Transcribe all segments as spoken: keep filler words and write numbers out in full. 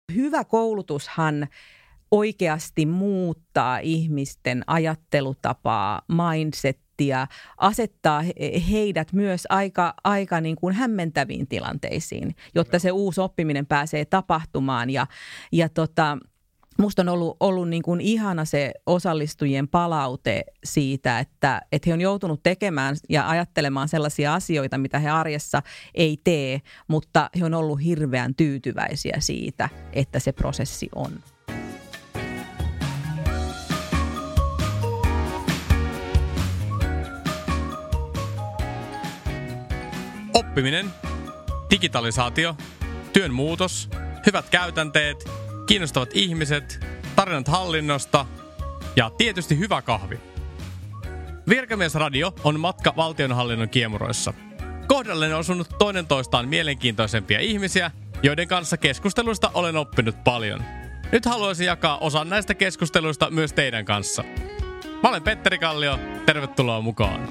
Hyvä koulutushan oikeasti muuttaa ihmisten ajattelutapaa, mindsettiä, asettaa heidät myös aika, aika niin kuin hämmentäviin tilanteisiin, jotta se uusi oppiminen pääsee tapahtumaan. Ja, ja tota, musta on ollut, ollut niin kuin ihana se osallistujien palaute siitä, että, että he on joutunut tekemään ja ajattelemaan sellaisia asioita, mitä he arjessa ei tee, mutta he on ollut hirveän tyytyväisiä siitä, että se prosessi on. Oppiminen, digitalisaatio, työn muutos, hyvät käytänteet, kiinnostavat ihmiset, tarinat hallinnosta ja tietysti hyvä kahvi. Virkamiesradio on matka valtionhallinnon kiemuroissa. Kohdalleni on osunut toinen toistaan mielenkiintoisempia ihmisiä, joiden kanssa keskusteluista olen oppinut paljon. Nyt haluaisin jakaa osan näistä keskusteluista myös teidän kanssa. Mä olen Petteri Kallio, tervetuloa mukaan.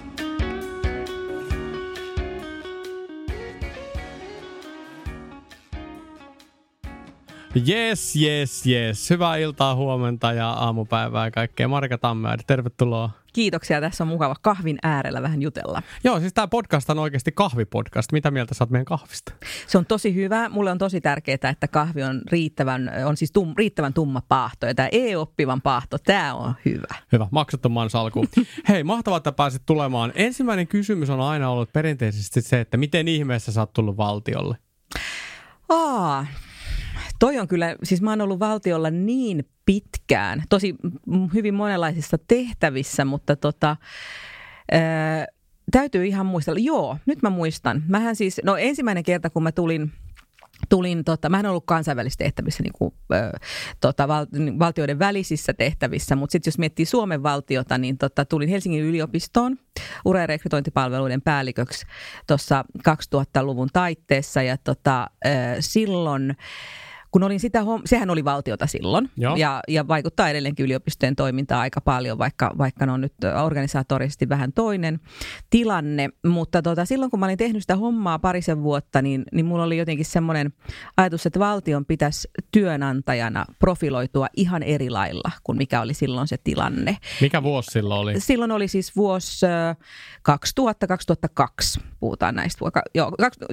Jes, jes, jes. Hyvää iltaa, huomenta ja aamupäivää ja kaikkea. Marika Tammeääri, tervetuloa. Kiitoksia. Tässä on mukava kahvin äärellä vähän jutella. Joo, siis tämä podcast on oikeasti kahvipodcast. Mitä mieltä sä oot meidän kahvista? Se on tosi hyvä. Mulle on tosi tärkeää, että kahvi on riittävän, on siis tum, riittävän tumma paahto. Ja tämä e-oppivan paahto, tämä on hyvä. Hyvä, maksuttomaan salkuun. Hei, mahtavaa, että pääsit tulemaan. Ensimmäinen kysymys on aina ollut perinteisesti se, että miten ihmeessä sä oot tullut valtiolle? Aa... Toi on kyllä, siis mä oon ollut valtiolla niin pitkään, tosi hyvin monenlaisissa tehtävissä, mutta tota, ää, täytyy ihan muistella. Joo, nyt mä muistan. Mähän siis, no ensimmäinen kerta kun mä tulin, tulin tota, mä en ollut kansainvälisissä tehtävissä, niin kuin, ää, tota, val, valtioiden välisissä tehtävissä, mutta sitten jos miettii Suomen valtiota, niin tota, tulin Helsingin yliopistoon ura- ja rekrytointipalveluiden päälliköksi tuossa kaksituhattaluvun taitteessa ja tota, ää, silloin... Kun olin sitä, sehän oli valtiota silloin ja, ja vaikuttaa edelleenkin yliopistojen toimintaan aika paljon, vaikka, vaikka ne on nyt organisaatorisesti vähän toinen tilanne. Mutta tota, silloin kun mä olin tehnyt sitä hommaa parisen vuotta, niin, niin mulla oli jotenkin semmoinen ajatus, että valtion pitäisi työnantajana profiloitua ihan eri lailla kuin mikä oli silloin se tilanne. Mikä vuosi silloin oli? Silloin oli siis vuosi kaksituhatta kaksituhattakaksi, puhutaan näistä. Joo,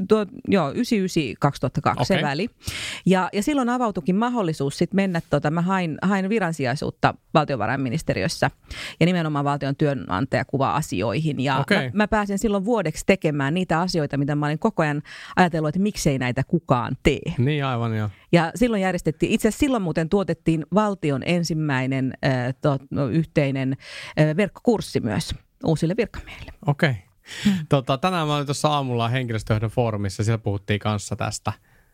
joo yhdeksänkymmentäyhdeksän kaksituhattakaksi okay. Se väli. Ja, ja silloin avautuikin mahdollisuus sit mennä, tota, mä hain, hain viransijaisuutta valtiovarainministeriössä ja nimenomaan valtion työnantajakuva-asioihin. Ja okay. mä, mä pääsin silloin vuodeksi tekemään niitä asioita, mitä mä olin koko ajan ajatellut, että miksei näitä kukaan tee. Niin aivan joo. Ja silloin järjestettiin, itse asiassa silloin muuten tuotettiin valtion ensimmäinen äh, to, no, yhteinen äh, verkkokurssi myös uusille virkamiehille. Okei. Okay. Hmm. Tota, tänään mä olin tuossa aamulla henkilöstöjohdon foorumissa, siellä puhuttiin kanssa tästä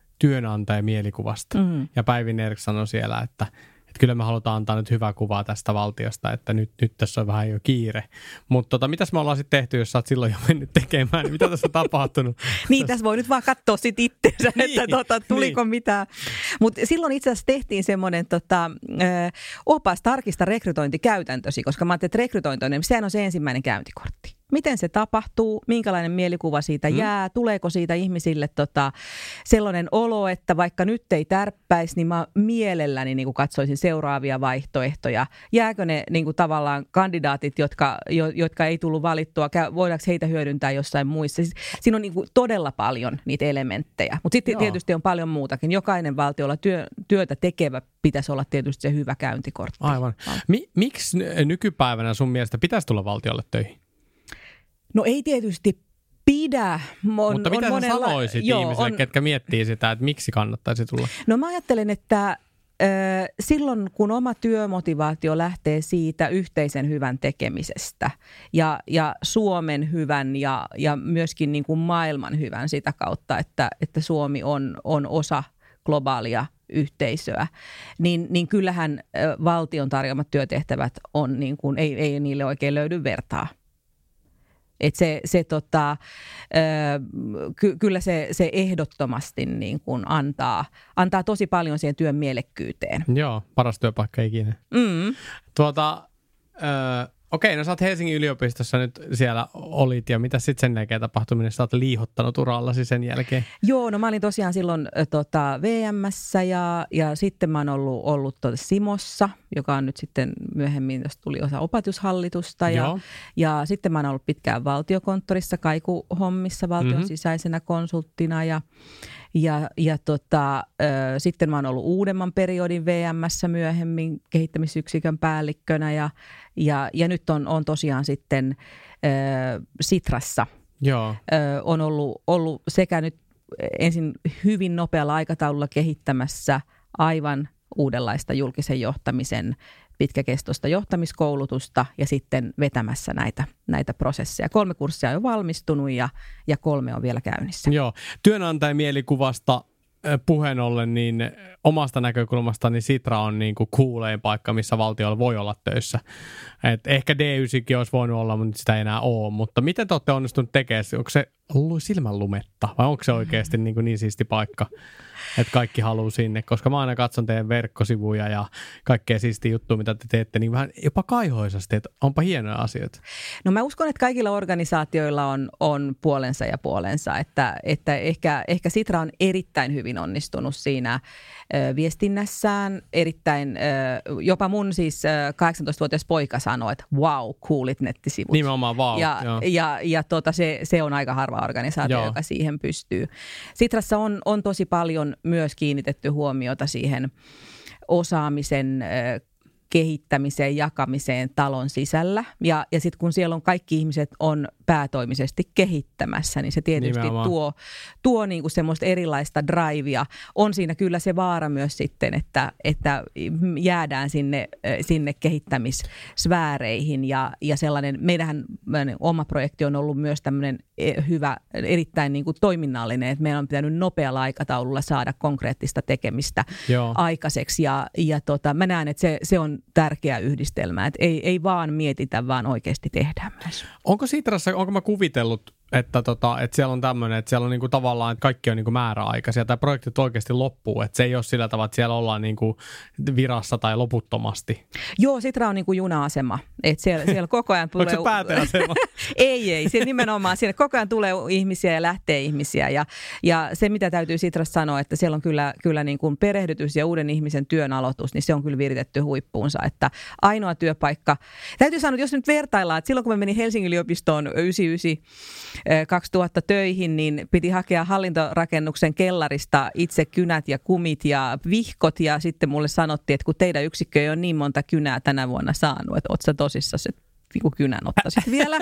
työnantajamielikuvasta. Mm. Ja Päivi Nerk sanoi siellä, että, että kyllä me halutaan antaa nyt hyvää kuvaa tästä valtiosta, että nyt, nyt tässä on vähän jo kiire. Mutta tota, mitäs me ollaan sitten tehty, jos sä oot silloin jo mennyt tekemään, niin mitä tässä on tapahtunut? Niin, tässä voi nyt vaan katsoa sit itseensä, niin, että tota, tuliko niin. mitään. Mutta silloin itse asiassa tehtiin semmoinen tota, opas tarkista rekrytointikäytäntösi, koska mä ajattelin, että rekrytointoinen, sehän on se ensimmäinen käyntikortti. Miten se tapahtuu, minkälainen mielikuva siitä jää, mm. tuleeko siitä ihmisille tota, sellainen olo, että vaikka nyt ei tärppäisi, niin mä mielelläni niin kuin katsoisin seuraavia vaihtoehtoja. Jääkö ne niin kuin tavallaan kandidaatit, jotka, jo, jotka ei tullut valittua, voidaanko heitä hyödyntää jossain muissa? Siis, siinä on niin kuin todella paljon niitä elementtejä, mutta sitten tietysti on paljon muutakin. Jokainen valtiolla työ, työtä tekevä pitäisi olla tietysti se hyvä käyntikortti. Aivan. Mi- miksi nykypäivänä sun mielestä pitäisi tulla valtiolle töihin? No ei tietysti pidä. On, Mutta mitä on sä monella... sanoisit Joo, ihmisille, on... ketkä miettii sitä, että miksi kannattaisi tulla? No mä ajattelen, että ö, silloin kun oma työmotivaatio lähtee siitä yhteisen hyvän tekemisestä ja, ja Suomen hyvän ja, ja myöskin niin kuin maailman hyvän sitä kautta, että, että Suomi on, on osa globaalia yhteisöä, niin, niin kyllähän ö, valtion tarjoamat työtehtävät on niin kuin, ei, ei niille oikein löydy vertaa. Että se, se tota, ky, kyllä se, se ehdottomasti niin kuin antaa, antaa tosi paljon siihen työn mielekkyyteen. Joo, paras työpaikka ikinä. Mm. Tuota, ö, okei, no sä oot Helsingin yliopistossa nyt siellä olit ja mitä sitten sen jälkeen tapahtui, minne sä oot liihottanut urallasi sen jälkeen? Joo, no mä olin tosiaan silloin äh, tota, V M:ssä ja, ja sitten mä oon ollut, ollut tuota Simossa, joka on nyt sitten myöhemmin, jos tuli osa opetushallitusta ja, ja sitten mä oon ollut pitkään valtiokonttorissa Kaiku-hommissa valtion mm-hmm. sisäisenä konsulttina ja Ja, ja tota, ö, sitten mä oon ollut uudemman periodin V M:ssä myöhemmin kehittämisyksikön päällikkönä ja, ja, ja nyt on, on tosiaan sitten ö, Sitrassa. Joo. Ö, on ollut, ollut sekä nyt ensin hyvin nopealla aikataululla kehittämässä aivan uudenlaista julkisen johtamisen pitkäkestoista johtamiskoulutusta ja sitten vetämässä näitä, näitä prosesseja. Kolme kurssia on jo valmistunut ja, ja kolme on vielä käynnissä. Joo. Työnantajan mielikuvasta puheen ollen, niin omasta näkökulmasta niin Sitra on niin kuin kuulein paikka, missä valtiolla voi olla töissä. Et ehkä D yhdeksän olisi voinut olla, mutta sitä ei enää ole. Mutta miten te olette onnistunut tekemään? Onko se silmänlumetta vai onko se oikeasti niin, kuin niin siisti paikka, että kaikki haluaa sinne? Koska mä aina katson teidän verkkosivuja ja kaikkea siistiä juttuja, mitä te teette, niin vähän jopa kaihoisasti, että onpa hienoja asioita. No mä uskon, että kaikilla organisaatioilla on, on puolensa ja puolensa, että, että ehkä, ehkä Sitra on erittäin hyvin onnistunut siinä ö, viestinnässään, erittäin, ö, jopa mun siis ö, kahdeksantoistavuotias poika sanoi, että wow, coolit nettisivut. Nimenomaan wow. Ja, ja, ja tota, se, se on aika harva organisaatio, Joo. joka siihen pystyy. Sitrassa on, on tosi paljon myös kiinnitetty huomiota siihen osaamisen ö, kehittämiseen, jakamiseen talon sisällä. Ja, ja sitten kun siellä on kaikki ihmiset on päätoimisesti kehittämässä, niin se tietysti Nimenomaan. tuo, tuo niinku semmoista erilaista drivea. On siinä kyllä se vaara myös sitten, että, että jäädään sinne, sinne kehittämissfääreihin. Ja, ja sellainen, meidänhän oma projekti on ollut myös tämmöinen hyvä, erittäin niinku toiminnallinen, että meillä on pitänyt nopealla aikataululla saada konkreettista tekemistä Joo. aikaiseksi. Ja, ja tota, mä näen, että se, se on tärkeä yhdistelmä, että ei, ei vaan mietitä, vaan oikeasti tehdään myös. Onko Sitrassa, onko mä kuvitellut, että, tota, että siellä on tämmöinen, että siellä on niinku tavallaan, että kaikki on niinku määräaikaisia tai projektit oikeasti loppuu, että se ei ole sillä tavalla, että siellä ollaan niinku virassa tai loputtomasti. Joo, Sitra on niinku juna-asema, että siellä, siellä koko ajan tulee... Onko se pääteasema? ei, ei, siellä nimenomaan, siellä koko ajan tulee ihmisiä ja lähtee ihmisiä ja, ja se, mitä täytyy Sitrassa sanoa, että siellä on kyllä, kyllä niin kuin perehdytys ja uuden ihmisen työn aloitus, niin se on kyllä viritetty huippuunsa, että ainoa työpaikka, täytyy sanoa, että jos nyt vertaillaan, että silloin kun mä menin Helsingin yliopistoon yhdeksänkymmentäyhdeksän kaksituhatta töihin, niin piti hakea hallintorakennuksen kellarista itse kynät ja kumit ja vihkot ja sitten mulle sanottiin, että kun teidän yksikkö ei ole niin monta kynää tänä vuonna saanut, että oot sä tosissaan se niin kynän ottaisit vielä.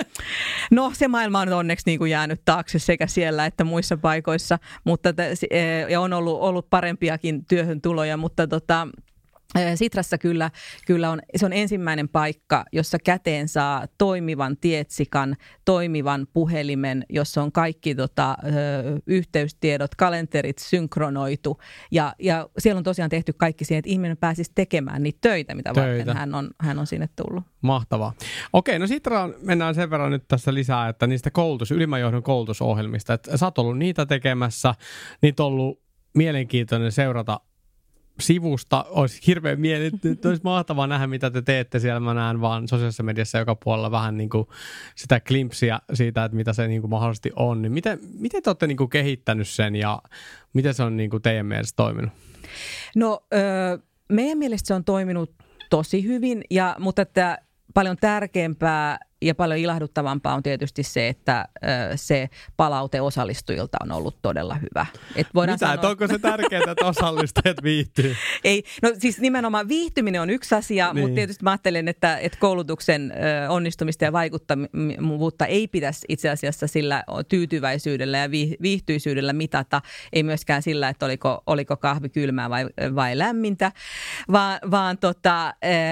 No se maailma on onneksi niin kuin jäänyt taakse sekä siellä että muissa paikoissa, mutta t- ja on ollut, ollut parempiakin työhön tuloja, mutta tota, Sitrassa kyllä, kyllä on, se on ensimmäinen paikka, jossa käteen saa toimivan tietsikan, toimivan puhelimen, jossa on kaikki tota, ö, yhteystiedot, kalenterit synkronoitu ja, ja siellä on tosiaan tehty kaikki siihen, että ihminen pääsisi tekemään niitä töitä, mitä töitä. varten hän on, hän on sinne tullut. Mahtavaa. Okei, no Sitraan mennään sen verran nyt tässä lisää, että niistä koulutus, ylimmän johdon koulutusohjelmista, että sä oot ollut niitä tekemässä, niitä on ollut mielenkiintoinen seurata sivusta. Olisi hirveän mieli, olisi mahtavaa nähdä, mitä te teette siellä. Mä näen vaan sosiaalisessa mediassa joka puolella vähän niin kuin sitä glimpsiä siitä, että mitä se niin kuin mahdollisesti on. Niin miten, miten te olette niin kuin kehittänyt sen ja miten se on niin kuin teidän mielestä toiminut? No öö, meidän mielestä se on toiminut tosi hyvin, ja, mutta että paljon tärkeämpää ja paljon ilahduttavampaa on tietysti se, että ö, se palaute osallistujilta on ollut todella hyvä. Et Mitä? Sanoa, että onko se tärkeää, että osallistujat viihtyy? Ei, no siis nimenomaan viihtyminen on yksi asia, niin. Mutta tietysti mä ajattelen, että, että koulutuksen ö, onnistumista ja vaikuttavuutta ei pitäisi itse asiassa sillä tyytyväisyydellä ja viihtyisyydellä mitata. Ei myöskään sillä, että oliko, oliko kahvi kylmää vai, vai lämmintä, vaan, vaan tota,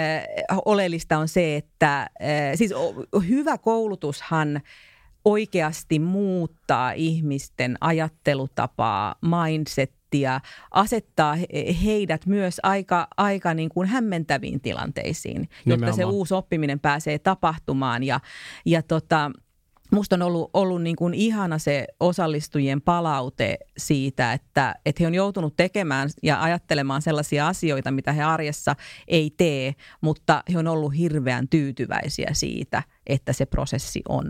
ö, oleellista on se, että ö, siis hyvä koulutushan oikeasti muuttaa ihmisten ajattelutapaa, mindsettiä, asettaa heidät myös aika, aika niin kuin hämmentäviin tilanteisiin, jotta Nimenomaan. se uusi oppiminen pääsee tapahtumaan. Ja, ja tota, musta on ollut, ollut niin kuin ihana se osallistujien palaute siitä, että, että he on joutunut tekemään ja ajattelemaan sellaisia asioita, mitä he arjessa ei tee, mutta he on ollut hirveän tyytyväisiä siitä, että se prosessi on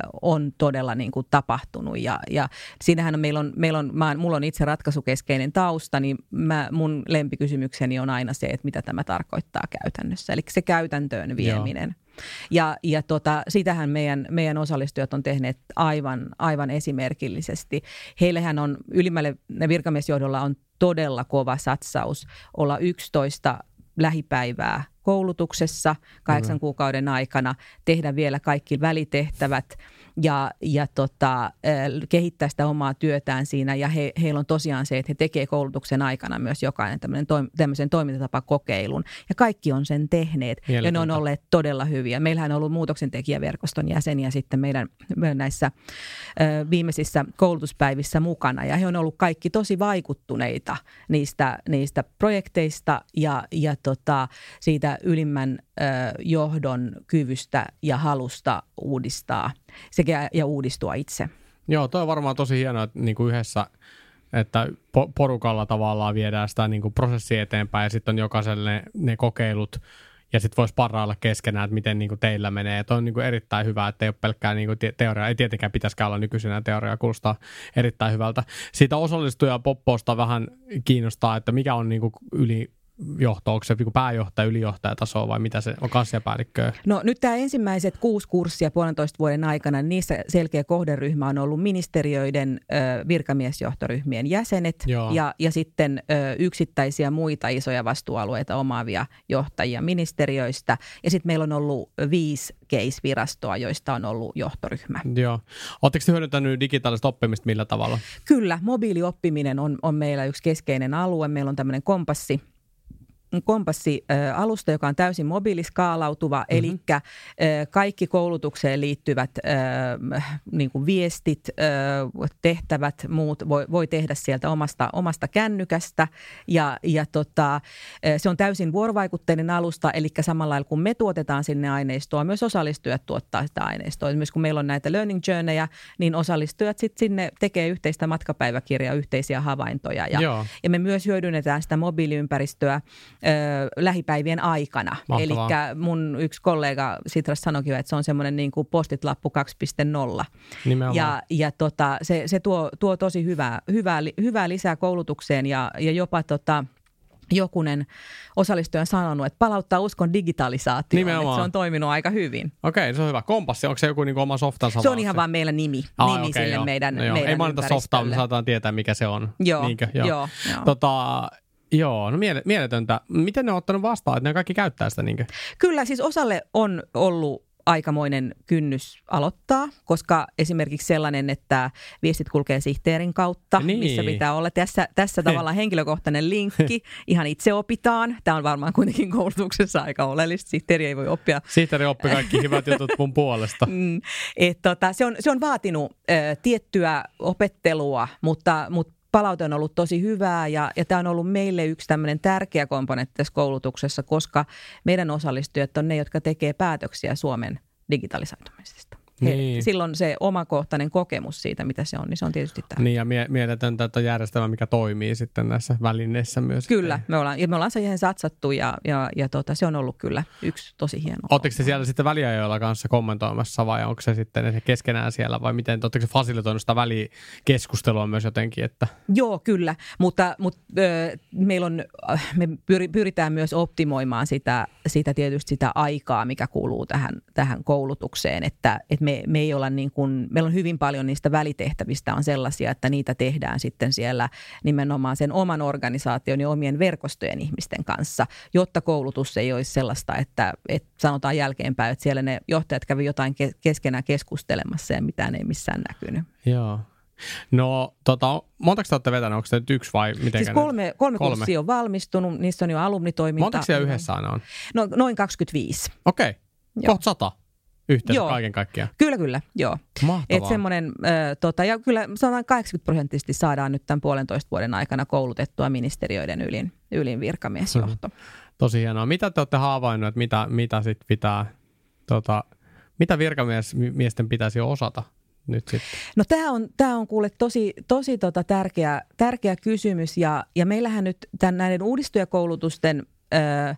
on todella niin kuin tapahtunut ja, ja siinähän meillä on, meillä on mä, mulla on itse ratkaisukeskeinen tausta, niin mä, mun lempikysymykseni on aina se, että mitä tämä tarkoittaa käytännössä, eli se käytäntöön vieminen. Joo. Ja, ja tota, sitähän meidän, meidän osallistujat on tehneet aivan, aivan esimerkillisesti. Heillehän on ylimmälle virkamiesjohdolla on todella kova satsaus olla yksitoista lähipäivää koulutuksessa kahdeksan mm. kuukauden aikana, tehdä vielä kaikki välitehtävät ja, ja tota, kehittää sitä omaa työtään siinä. Ja he, heillä on tosiaan se, että he tekee koulutuksen aikana myös jokainen tämmöisen toimintatapakokeilun. Ja kaikki on sen tehneet Mieletöntä. Ja ne on olleet todella hyviä. Meillähän on ollut muutoksentekijäverkoston jäseniä sitten meidän, meidän näissä ö, viimeisissä koulutuspäivissä mukana. Ja he on ollut kaikki tosi vaikuttuneita niistä, niistä projekteista ja, ja tota, siitä ylimmän ö, johdon kyvystä ja halusta uudistaa sekä ja uudistua itse. Joo, toi on varmaan tosi hienoa, että niin kuin yhdessä, että po- porukalla tavallaan viedään sitä niin kuin prosessia eteenpäin ja sitten on jokaiselle ne, ne kokeilut ja sitten voisi parhailla keskenään, että miten niin kuin teillä menee. Ja toi on niin kuin erittäin hyvä, että ei ole pelkkää niin kuin te- teoriaa. Ei tietenkään pitäisikään olla nykyisenä teoriaa, kuulostaa erittäin hyvältä. Siitä osallistuja poppousta vähän kiinnostaa, että mikä on niin kuin yli johto, onko se pääjohtaja, ylijohtajataso vai mitä se on, kansliapäällikköä? No nyt tämä ensimmäiset kuusi kurssia puolentoista vuoden aikana, niissä selkeä kohderyhmä on ollut ministeriöiden ö, virkamiesjohtoryhmien jäsenet ja, ja sitten ö, yksittäisiä muita isoja vastuualueita omaavia johtajia ministeriöistä. Ja sitten meillä on ollut viisi case-virastoa, joista on ollut johtoryhmä. Joo. Oletteko te hyödyntänyt digitaalista oppimista millä tavalla? Kyllä, mobiilioppiminen on, on meillä yksi keskeinen alue. Meillä on tämmöinen kompassi. Kompassi-alusta, joka on täysin mobiiliskaalautuva, mm-hmm. eli kaikki koulutukseen liittyvät äh, niin kuin viestit, äh, tehtävät, muut voi, voi tehdä sieltä omasta, omasta kännykästä. Ja, ja tota, se on täysin vuorovaikutteinen alusta, eli samalla lailla kun me tuotetaan sinne aineistoa, myös osallistujat tuottaa sitä aineistoa. Myös kun meillä on näitä learning journeyja, niin osallistujat sitten sinne tekee yhteistä matkapäiväkirjaa, yhteisiä havaintoja. Ja, ja me myös hyödynnetään sitä mobiiliympäristöä lähipäivien aikana. Eli mun yksi kollega Sitrassa sanoikin, että se on semmoinen niin kuin post-it-lappu kaksi piste nolla. Nimenomaan. Ja, ja tota, se, se tuo, tuo tosi hyvää, hyvää, hyvää lisää koulutukseen ja, ja jopa tota, jokunen osallistuja on sanonut, että palauttaa uskon digitalisaatioon, että se on toiminut aika hyvin. Okei, se on hyvä. Kompassi, onko se joku niin kuin oma softansa? Se on ihan vaan meillä nimi, ah, nimi okay, sille joo. meidän, no, joo. meidän Ei mainita softaa, me saadaan tietää, mikä se on. Joo, Niinkö? joo. joo, joo. Tota, Joo, no mieletöntä. Miten ne on ottanut vastaan, että ne kaikki käyttää sitä niinkö? Kyllä, siis osalle on ollut aikamoinen kynnys aloittaa, koska esimerkiksi sellainen, että viestit kulkee sihteerin kautta, niin. missä pitää olla. Tässä, tässä tavallaan henkilökohtainen linkki, ihan itse opitaan. Tämä on varmaan kuitenkin koulutuksessa aika oleellista. Sihteeri ei voi oppia. Sihteeri oppii kaikki hyvät jutut mun puolesta. Et, tota, se, on, se on vaatinut ö, tiettyä opettelua, mutta, mutta palaute on ollut tosi hyvää ja, ja tämä on ollut meille yksi tämmöinen tärkeä komponentti tässä koulutuksessa, koska meidän osallistujat on ne, jotka tekee päätöksiä Suomen digitalisoitumisesta. Niin. Silloin se omakohtainen kokemus siitä, mitä se on, niin se on tietysti tärkeää. Niin ja mie- mieletöntä, että järjestelmä, mikä toimii sitten näissä välineissä myös. Kyllä, me ollaan, ja me ollaan siihen satsattu ja, ja, ja tota, se on ollut kyllä yksi tosi hieno. Oletteko te siellä sitten väliajoilla kanssa kommentoimassa vai onko se sitten se keskenään siellä vai miten? Oletteko se fasilitoinut sitä välikeskustelua myös jotenkin? Että... Joo, kyllä, mutta, mutta äh, meillä on, me pyritään myös optimoimaan sitä, sitä tietysti sitä aikaa, mikä kuuluu tähän, tähän koulutukseen, että, että me Me, me ei olla niin kuin, meillä on hyvin paljon niistä välitehtävistä on sellaisia, että niitä tehdään sitten siellä nimenomaan sen oman organisaation ja omien verkostojen ihmisten kanssa, jotta koulutus ei olisi sellaista, että, että sanotaan jälkeenpäin, että siellä ne johtajat kävi jotain keskenään keskustelemassa ja mitään ei missään näkynyt. Joo. No, tota, montako te olette vetäneet? Onko se nyt yksi vai miten? Siis kolme, kolme, kolme kurssia on valmistunut, niissä on jo alumnitoiminta. Montako siellä yhdessä aina on? No, noin kaksikymmentäviisi. Okei, okay. Kohta sata. Yhteensä joo. Kaiken kaikkiaan. Kyllä, kyllä, joo. Mahtavaa. Et semmoinen, äh, tota, ja kyllä sanotaan kahdeksankymmentä prosenttisesti saadaan nyt tämän puolentoista vuoden aikana koulutettua ministeriöiden ylin, ylin virkamiesjohto. Mm-hmm. Tosi hienoa. Mitä te olette havainnut, että mitä, mitä sitten pitää tota, mitä virkamiesten pitäisi jo osata nyt sitten? No tämä on, tämä on kuule tosi, tosi tota tärkeä, tärkeä kysymys ja, ja meillähän nyt tämän, näiden uudistujakoulutusten öö,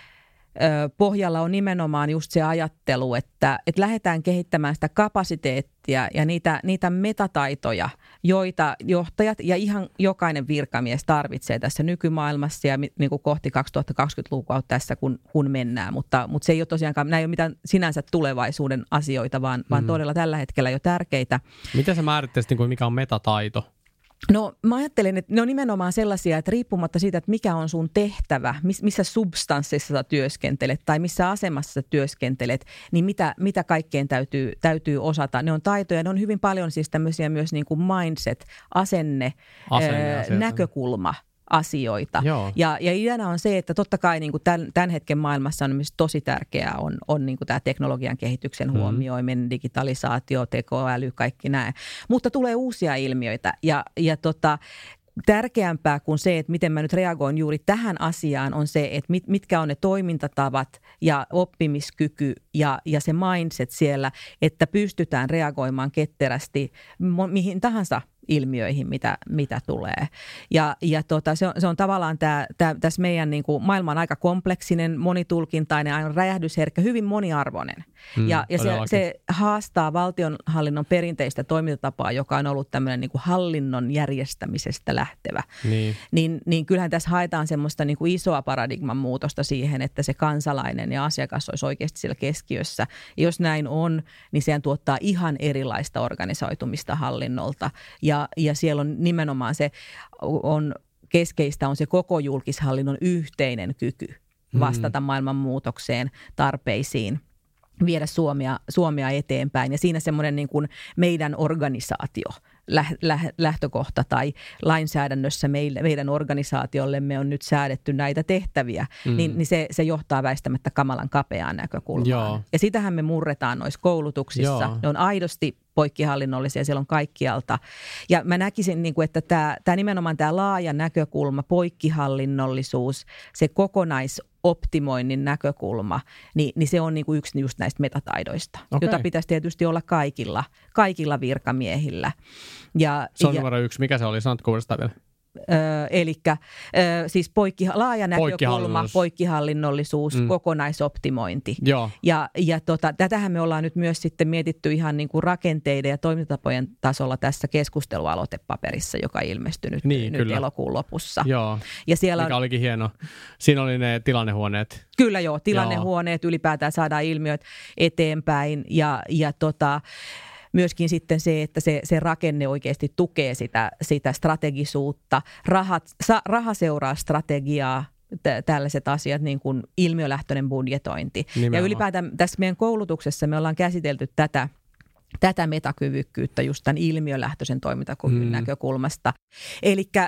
pohjalla on nimenomaan just se ajattelu, että, että lähdetään kehittämään sitä kapasiteettia ja niitä, niitä metataitoja, joita johtajat ja ihan jokainen virkamies tarvitsee tässä nykymaailmassa ja niin kuin kohti kaksituhattakaksikymmentälukua tässä, kun, kun mennään. Mutta, mutta se ei ole tosiaankaan, nämä ei ole mitään sinänsä tulevaisuuden asioita, vaan, mm. vaan todella tällä hetkellä jo tärkeitä. Miten sä määrittäisit, mikä on metataito? No mä ajattelen, että ne on nimenomaan sellaisia, että riippumatta siitä, että mikä on sun tehtävä, missä substanssissa sä työskentelet tai missä asemassa sä työskentelet, niin mitä, mitä kaikkeen täytyy, täytyy osata. Ne on taitoja, ne on hyvin paljon siis tämmöisiä myös niin kuin mindset, asenne, asenne ää, näkökulma. Asioita. Ja, ja ideana on se, että totta kai niin kuin tämän, tämän hetken maailmassa on myös tosi tärkeää on, on niin kuin tämä teknologian kehityksen mm. huomioiminen, digitalisaatio, tekoäly, kaikki nämä. Mutta tulee uusia ilmiöitä ja, ja tota, tärkeämpää kuin se, että miten mä nyt reagoin juuri tähän asiaan, on se, että mit, mitkä on ne toimintatavat ja oppimiskyky ja, ja se mindset siellä, että pystytään reagoimaan ketterästi mihin tahansa ilmiöihin, mitä, mitä tulee. Ja, ja tota, se, on, se on tavallaan tämä, tämä, tässä meidän niin kuin, maailma on aika kompleksinen, monitulkintainen, aina räjähdysherkkä, hyvin moniarvoinen. Mm, ja ja se, se haastaa valtionhallinnon perinteistä toimintatapaa, joka on ollut tämmöinen niin kuin hallinnon järjestämisestä lähtevä. Niin, niin, niin kyllähän tässä haetaan semmoista niin kuin isoa paradigman muutosta siihen, että se kansalainen ja asiakas olisi oikeasti siellä keskiössä. Ja jos näin on, niin sehän tuottaa ihan erilaista organisoitumista hallinnolta. Ja, ja siellä on nimenomaan se, on keskeistä on se koko julkishallinnon yhteinen kyky vastata mm. maailman muutokseen, tarpeisiin, viedä Suomea, Suomea eteenpäin. Ja siinä semmoinen niin kuin meidän organisaatio, lähtökohta tai lainsäädännössä meille, meidän organisaatiollemme on nyt säädetty näitä tehtäviä, mm. niin, niin se, se johtaa väistämättä kamalan kapeaan näkökulmaan. Joo. Ja sitähän me murretaan noissa koulutuksissa. Joo. Ne on aidosti poikkihallinnollisia, siellä on kaikkialta. Ja mä näkisin, niin kuin, että tämä, tämä nimenomaan tämä laaja näkökulma, poikkihallinnollisuus, se kokonaisoptimoinnin näkökulma, niin, niin se on niin kuin yksi just näistä metataidoista, okay. jota pitäisi tietysti olla kaikilla, kaikilla virkamiehillä. Ja, se on ja, numero yksi. Mikä se oli? Sanotko uudestaan vielä? Öö, eli öö, siis poikki, laaja näkökulma, poikkihallinnollisuus, mm. kokonaisoptimointi. Joo. Ja, ja tota, tätähän me ollaan nyt myös sitten mietitty ihan niin kuin rakenteiden ja toimintatapojen tasolla tässä keskustelualoitepaperissa, joka ilmestyi nyt, niin, nyt elokuun lopussa. Joo, ja siellä mikä on, olikin hieno. Siinä oli ne tilannehuoneet. Kyllä joo, tilannehuoneet, joo. Ylipäätään saadaan ilmiöt eteenpäin ja, ja tota... Myöskin sitten se, että se, se rakenne oikeasti tukee sitä, sitä strategisuutta. Rahat, sa, raha seuraa strategiaa, t- tällaiset asiat niin kuin ilmiölähtöinen budjetointi. Nimenomaan. Ja ylipäätään tässä meidän koulutuksessa me ollaan käsitelty tätä, tätä metakyvykkyyttä just tämän ilmiölähtöisen toimintakyvyn mm. näkökulmasta. Elikkä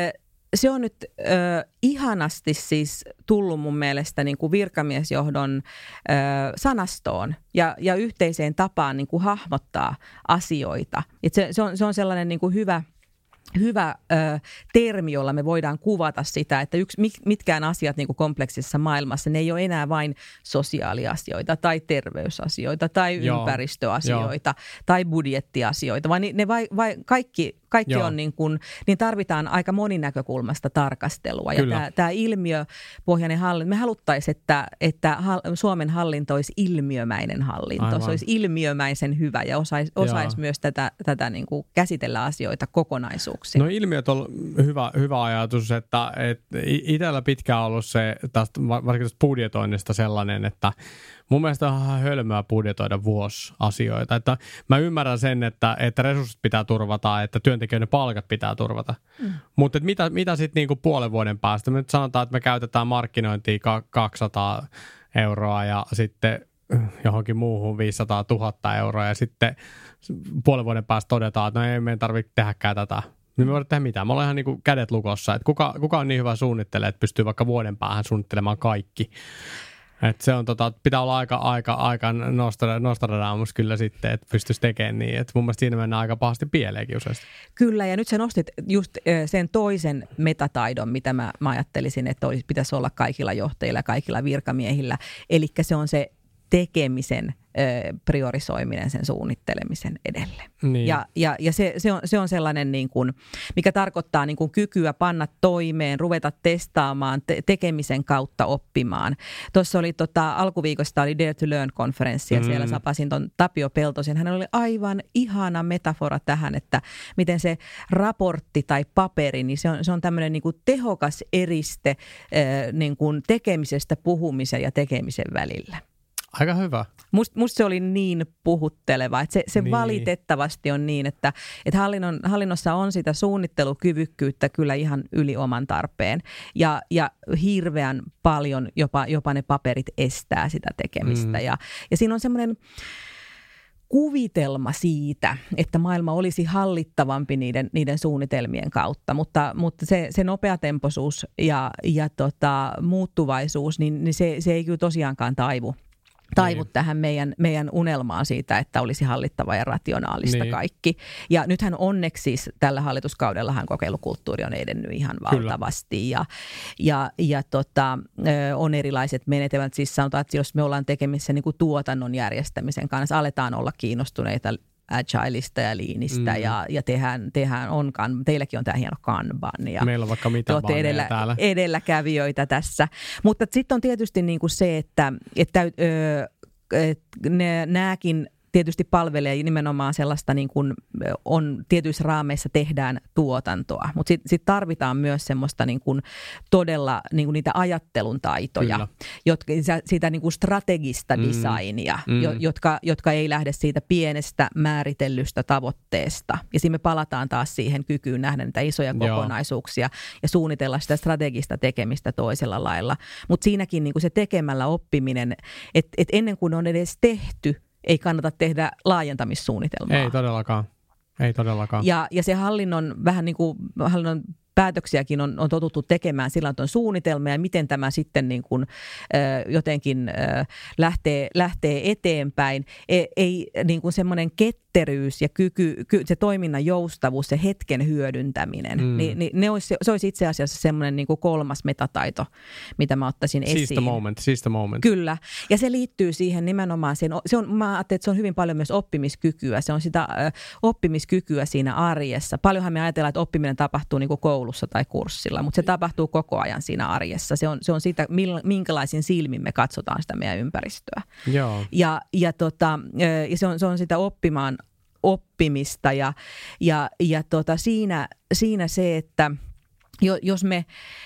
se on nyt ö, ihanasti siis tullut mun mielestä niin kuin virkamiesjohdon ö, sanastoon ja, ja yhteiseen tapaan niin kuin hahmottaa asioita. Et se, se, on, se on sellainen niin kuin hyvä, hyvä ö, termi, jolla me voidaan kuvata sitä, että yksi, mitkään asiat niin kuin kompleksisessa maailmassa, ne ei ole enää vain sosiaaliasioita tai terveysasioita tai Joo. ympäristöasioita Joo. tai budjettiasioita, vaan ne vai, vai, kaikki... Kaikki Joo. on niin kuin, niin tarvitaan aika moninäkökulmasta tarkastelua. Kyllä. Ja tämä, tämä ilmiöpohjainen hallinto, me haluttaisiin, että, että Suomen hallinto olisi ilmiömäinen hallinto. Aivan. Se olisi ilmiömäisen hyvä ja osaisi, osaisi myös tätä, tätä niin kuin käsitellä asioita kokonaisuuksia. No ilmiöt on hyvä, hyvä ajatus, että, että itsellä pitkään ollut se, tästä, varsinkin tästä budjetoinnista sellainen, että mun mielestä on ihan hölmöä budjetoida vuosi asioita. Että mä ymmärrän sen, että, että resurssit pitää turvata, että työntekijöiden palkat pitää turvata. Mm. Mutta mitä, mitä sitten niinku puolen vuoden päästä? Me nyt sanotaan, että me käytetään markkinointiin kaksisataa euroa ja sitten johonkin muuhun viisisataa tuhatta euroa ja sitten puolen vuoden päästä todetaan, että no ei meidän tarvitse tehdäkään tätä. Niin me voidaan tehdä mitään. Me ollaan ihan niinku kädet lukossa. Että kuka, kuka on niin hyvä suunnittelemaan, että pystyy vaikka vuoden päähän suunnittelemaan kaikki. Että se on tota, pitää olla aika, aika, aika Nostradamus kyllä sitten, että pystyisi tekemään niin. Että mun mielestä siinä mennään aika pahasti pieleenkin useasti. Kyllä, ja nyt sä nostit just sen toisen metataidon, mitä mä, mä ajattelisin, että olisi, pitäisi olla kaikilla johtajilla ja kaikilla virkamiehillä. Eli se on se tekemisen priorisoiminen sen suunnittelemisen edelle. Niin. Ja, ja, ja se, se, on, se on sellainen, niin kuin, mikä tarkoittaa niin kuin kykyä panna toimeen, ruveta testaamaan, te- tekemisen kautta oppimaan. Tuossa oli tota, alkuviikosta oli Dare to Learn-konferenssi ja mm. siellä tapasin ton Tapio Peltosen. Hänellä oli aivan ihana metafora tähän, että miten se raportti tai paperi, niin se on, se on tämmöinen niin kuin tehokas eriste äh, niin kuin tekemisestä puhumisen ja tekemisen välillä. Aika hyvä. Musta must se oli niin puhutteleva, että se, se niin. valitettavasti on niin, että, että hallinnon, hallinnossa on sitä suunnittelukyvykkyyttä kyllä ihan yli oman tarpeen ja, ja hirveän paljon jopa, jopa ne paperit estää sitä tekemistä mm. ja, ja siinä on semmoinen kuvitelma siitä, että maailma olisi hallittavampi niiden, niiden suunnitelmien kautta, mutta, mutta se, se nopeatempoisuus ja, ja tota, muuttuvaisuus, niin, niin se, se ei kyllä tosiaankaan taivu. Taivut niin. tähän meidän, meidän unelmaan siitä, että olisi hallittava ja rationaalista niin. kaikki. Ja nythän onneksi siis tällä hallituskaudellahan kokeilukulttuuri on edennyt ihan valtavasti. Kyllä. Ja, ja, ja tota, on erilaiset menetelmät. Siis sanotaan, että jos me ollaan tekemissä niin kuin tuotannon järjestämisen kanssa, aletaan olla kiinnostuneita Agileista ja Leanistä mm. ja, ja tehdään, tehdään on, teilläkin on tämä hieno Kanban. Ja meillä on vaikka mitä edellä, täällä. edelläkävijöitä tässä. Mutta sitten on tietysti niin kuin se, että, että, että ne, nämäkin tietysti palvelee nimenomaan sellaista niin kuin on tietyissä raameissa tehdään tuotantoa, mutta sitten sit tarvitaan myös semmoista niin kuin todella niin kuin niitä ajattelun taitoja, jotka, sitä niin kuin strategista mm. designia, mm. jotka, jotka ei lähde siitä pienestä määritellystä tavoitteesta. Ja siinä me palataan taas siihen kykyyn nähdä niitä isoja kokonaisuuksia Joo. ja suunnitella sitä strategista tekemistä toisella lailla. Mutta siinäkin niin kuin se tekemällä oppiminen, että et ennen kuin on edes tehty, ei kannata tehdä laajentamissuunnitelmaa. Ei todellakaan. Ei todellakaan. Ja, ja se hallinnon, vähän niin kuin hallinnon päätöksiäkin on, on totuttu tekemään sillä on suunnitelma ja miten tämä sitten niin kuin, ö, jotenkin ö, lähtee, lähtee eteenpäin. Ei, ei niin kuin semmoinen ketteryys ja kyky, ky, se toiminnan joustavuus, se hetken hyödyntäminen, mm. niin, niin ne olisi, se olisi itse asiassa semmoinen niin kuin kolmas metataito, mitä mä ottaisin esiin. Seize the moment, seize the moment. Kyllä. Ja se liittyy siihen nimenomaan, sen, se on, mä ajattelin, että se on hyvin paljon myös oppimiskykyä. Se on sitä ö, oppimiskykyä siinä arjessa. Paljonhan me ajatellaan, että oppiminen tapahtuu niin kuin koulussa tai kurssilla, mutta se tapahtuu koko ajan siinä arjessa. Se on, se on siitä, minkälaisin silmin me katsotaan sitä meidän ympäristöä. Joo. Ja, ja, tota, ja se, on, se on sitä oppimaan oppimista ja, ja, ja tota, siinä, siinä se, että jos me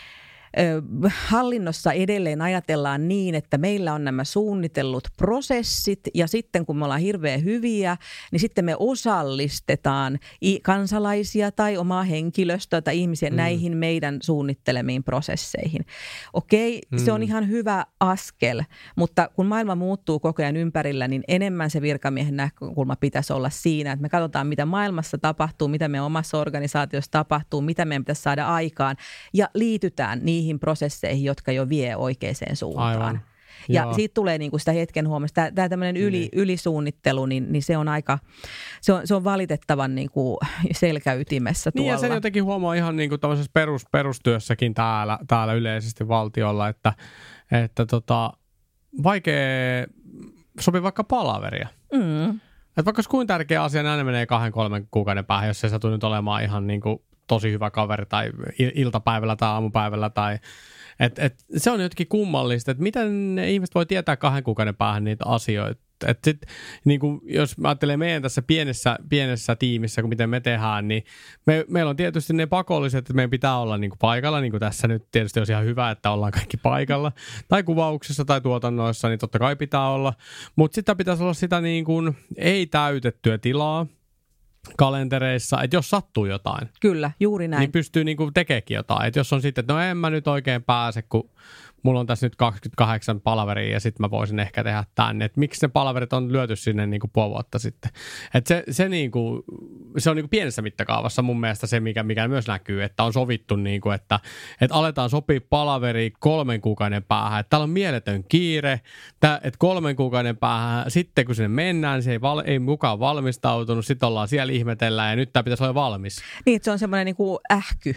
hallinnossa edelleen ajatellaan niin, että meillä on nämä suunnitellut prosessit ja sitten kun me ollaan hirveän hyviä, niin sitten me osallistetaan kansalaisia tai omaa henkilöstöä tai ihmisiä mm. näihin meidän suunnittelemiin prosesseihin. Okei, mm. se on ihan hyvä askel, mutta kun maailma muuttuu koko ajan ympärillä, niin enemmän se virkamiehen näkökulma pitäisi olla siinä, että me katsotaan, mitä maailmassa tapahtuu, mitä meidän omassa organisaatiossa tapahtuu, mitä meidän pitäisi saada aikaan ja liitytään niihin niihin prosesseihin, jotka jo vie oikeaan suuntaan. Aivan. Ja Joo. siitä tulee niinku sitä hetken huomasta. Tämä, tämä tämmöinen yli, niin. ylisuunnittelu, niin, niin se on aika, se on, se on valitettavan niinku selkäytimessä tuolla. Niin ja sen jotenkin huomaa ihan niinku tämmöisessä perus, perustyössäkin täällä, täällä yleisesti valtiolla, että, että tota, vaikea sopii vaikka palaveria. Mm. Että vaikka kuinka tärkeä asia, niin aina menee kahden, kolmen kuukauden päähän, jos se satu nyt olemaan ihan niinku tosi hyvä kaveri tai iltapäivällä tai aamupäivällä. Tai, et, et, se on jotenkin kummallista, että miten ihmiset voi tietää kahden kuukauden päähän niitä asioita. Et sit, niin kun, jos mä ajattelen meidän tässä pienessä, pienessä tiimissä, kun miten me tehdään, niin me, meillä on tietysti ne pakolliset, että meidän pitää olla niin kuin paikalla, niin kuin tässä nyt tietysti olisi ihan hyvä, että ollaan kaikki paikalla, tai kuvauksissa tai tuotannoissa, niin totta kai pitää olla, mutta sitten pitäisi olla sitä niin kuin ei-täytettyä tilaa kalentereissa, että jos sattuu jotain. Kyllä, juuri näin. Niin pystyy niinku tekeekin jotain. Että jos on sitten, että no en mä nyt oikein pääse, kun mulla on tässä nyt kaksikymmentäkahdeksan palaveria ja sitten mä voisin ehkä tehdä tänne. Että miksi ne palaverit on lyöty sinne niinku puoli vuotta sitten. Että se, se, niinku, se on niinku pienessä mittakaavassa mun mielestä se, mikä, mikä myös näkyy, että on sovittu, niinku, että, että aletaan sopia palaveri kolmen kuukauden päähän. Että täällä on mieletön kiire, tää, että kolmen kuukauden päähän, sitten kun sinne mennään, niin se ei, val, ei mukaan valmistautunut, sitten ollaan siellä ihmetellään ja nyt tämä pitäisi olla valmis. Niin, että se on semmoinen niinku ähky.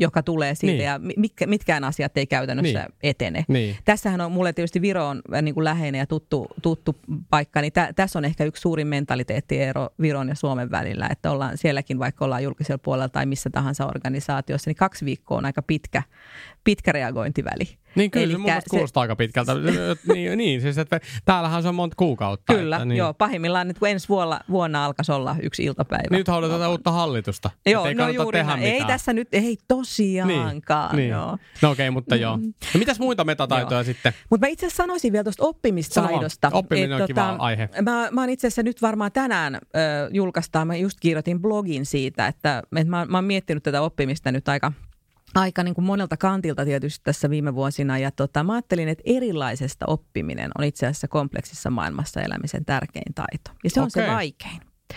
joka tulee siitä niin. ja mitkä, mitkään asiat ei käytännössä niin. etene. Niin. Tässähän on mulle tietysti Viro on niin kuin läheinen ja tuttu, tuttu paikka, niin tä, tässä on ehkä yksi suurin mentaliteettiero Viron ja Suomen välillä, että ollaan sielläkin, vaikka ollaan julkisella puolella tai missä tahansa organisaatiossa, niin kaksi viikkoa on aika pitkä, pitkä reagointiväli. Niin kyllä, Elikkä mun mielestä kuulostaa se, aika pitkältä. niin, niin, siis että täällähän se on monta kuukautta. Kyllä, että, niin. joo. Pahimmillaan nyt kun ensi vuonna, vuonna alkaisi olla yksi iltapäivä. Nyt halutaan tätä uutta hallitusta. Joo, ei no juuri tehdä ei tässä nyt, ei tosiaankaan. Niin, joo. Niin. No okei, okay, mutta joo. No mitäs muita metataitoja joo. sitten? Mutta mä itse asiassa sanoisin vielä tuosta oppimistaidosta. Oppiminen on kiva tota, aihe. Mä, mä oon itse asiassa nyt varmaan tänään ö, julkaistaan, mä just kirjoitin blogin siitä, että, että mä, mä oon miettinyt tätä oppimista nyt aika... Aika niin kuin monelta kantilta tietysti tässä viime vuosina ja tota, mä ajattelin, että erilaisesta oppiminen on itse asiassa kompleksissa maailmassa elämisen tärkein taito ja se on okay. se vaikein.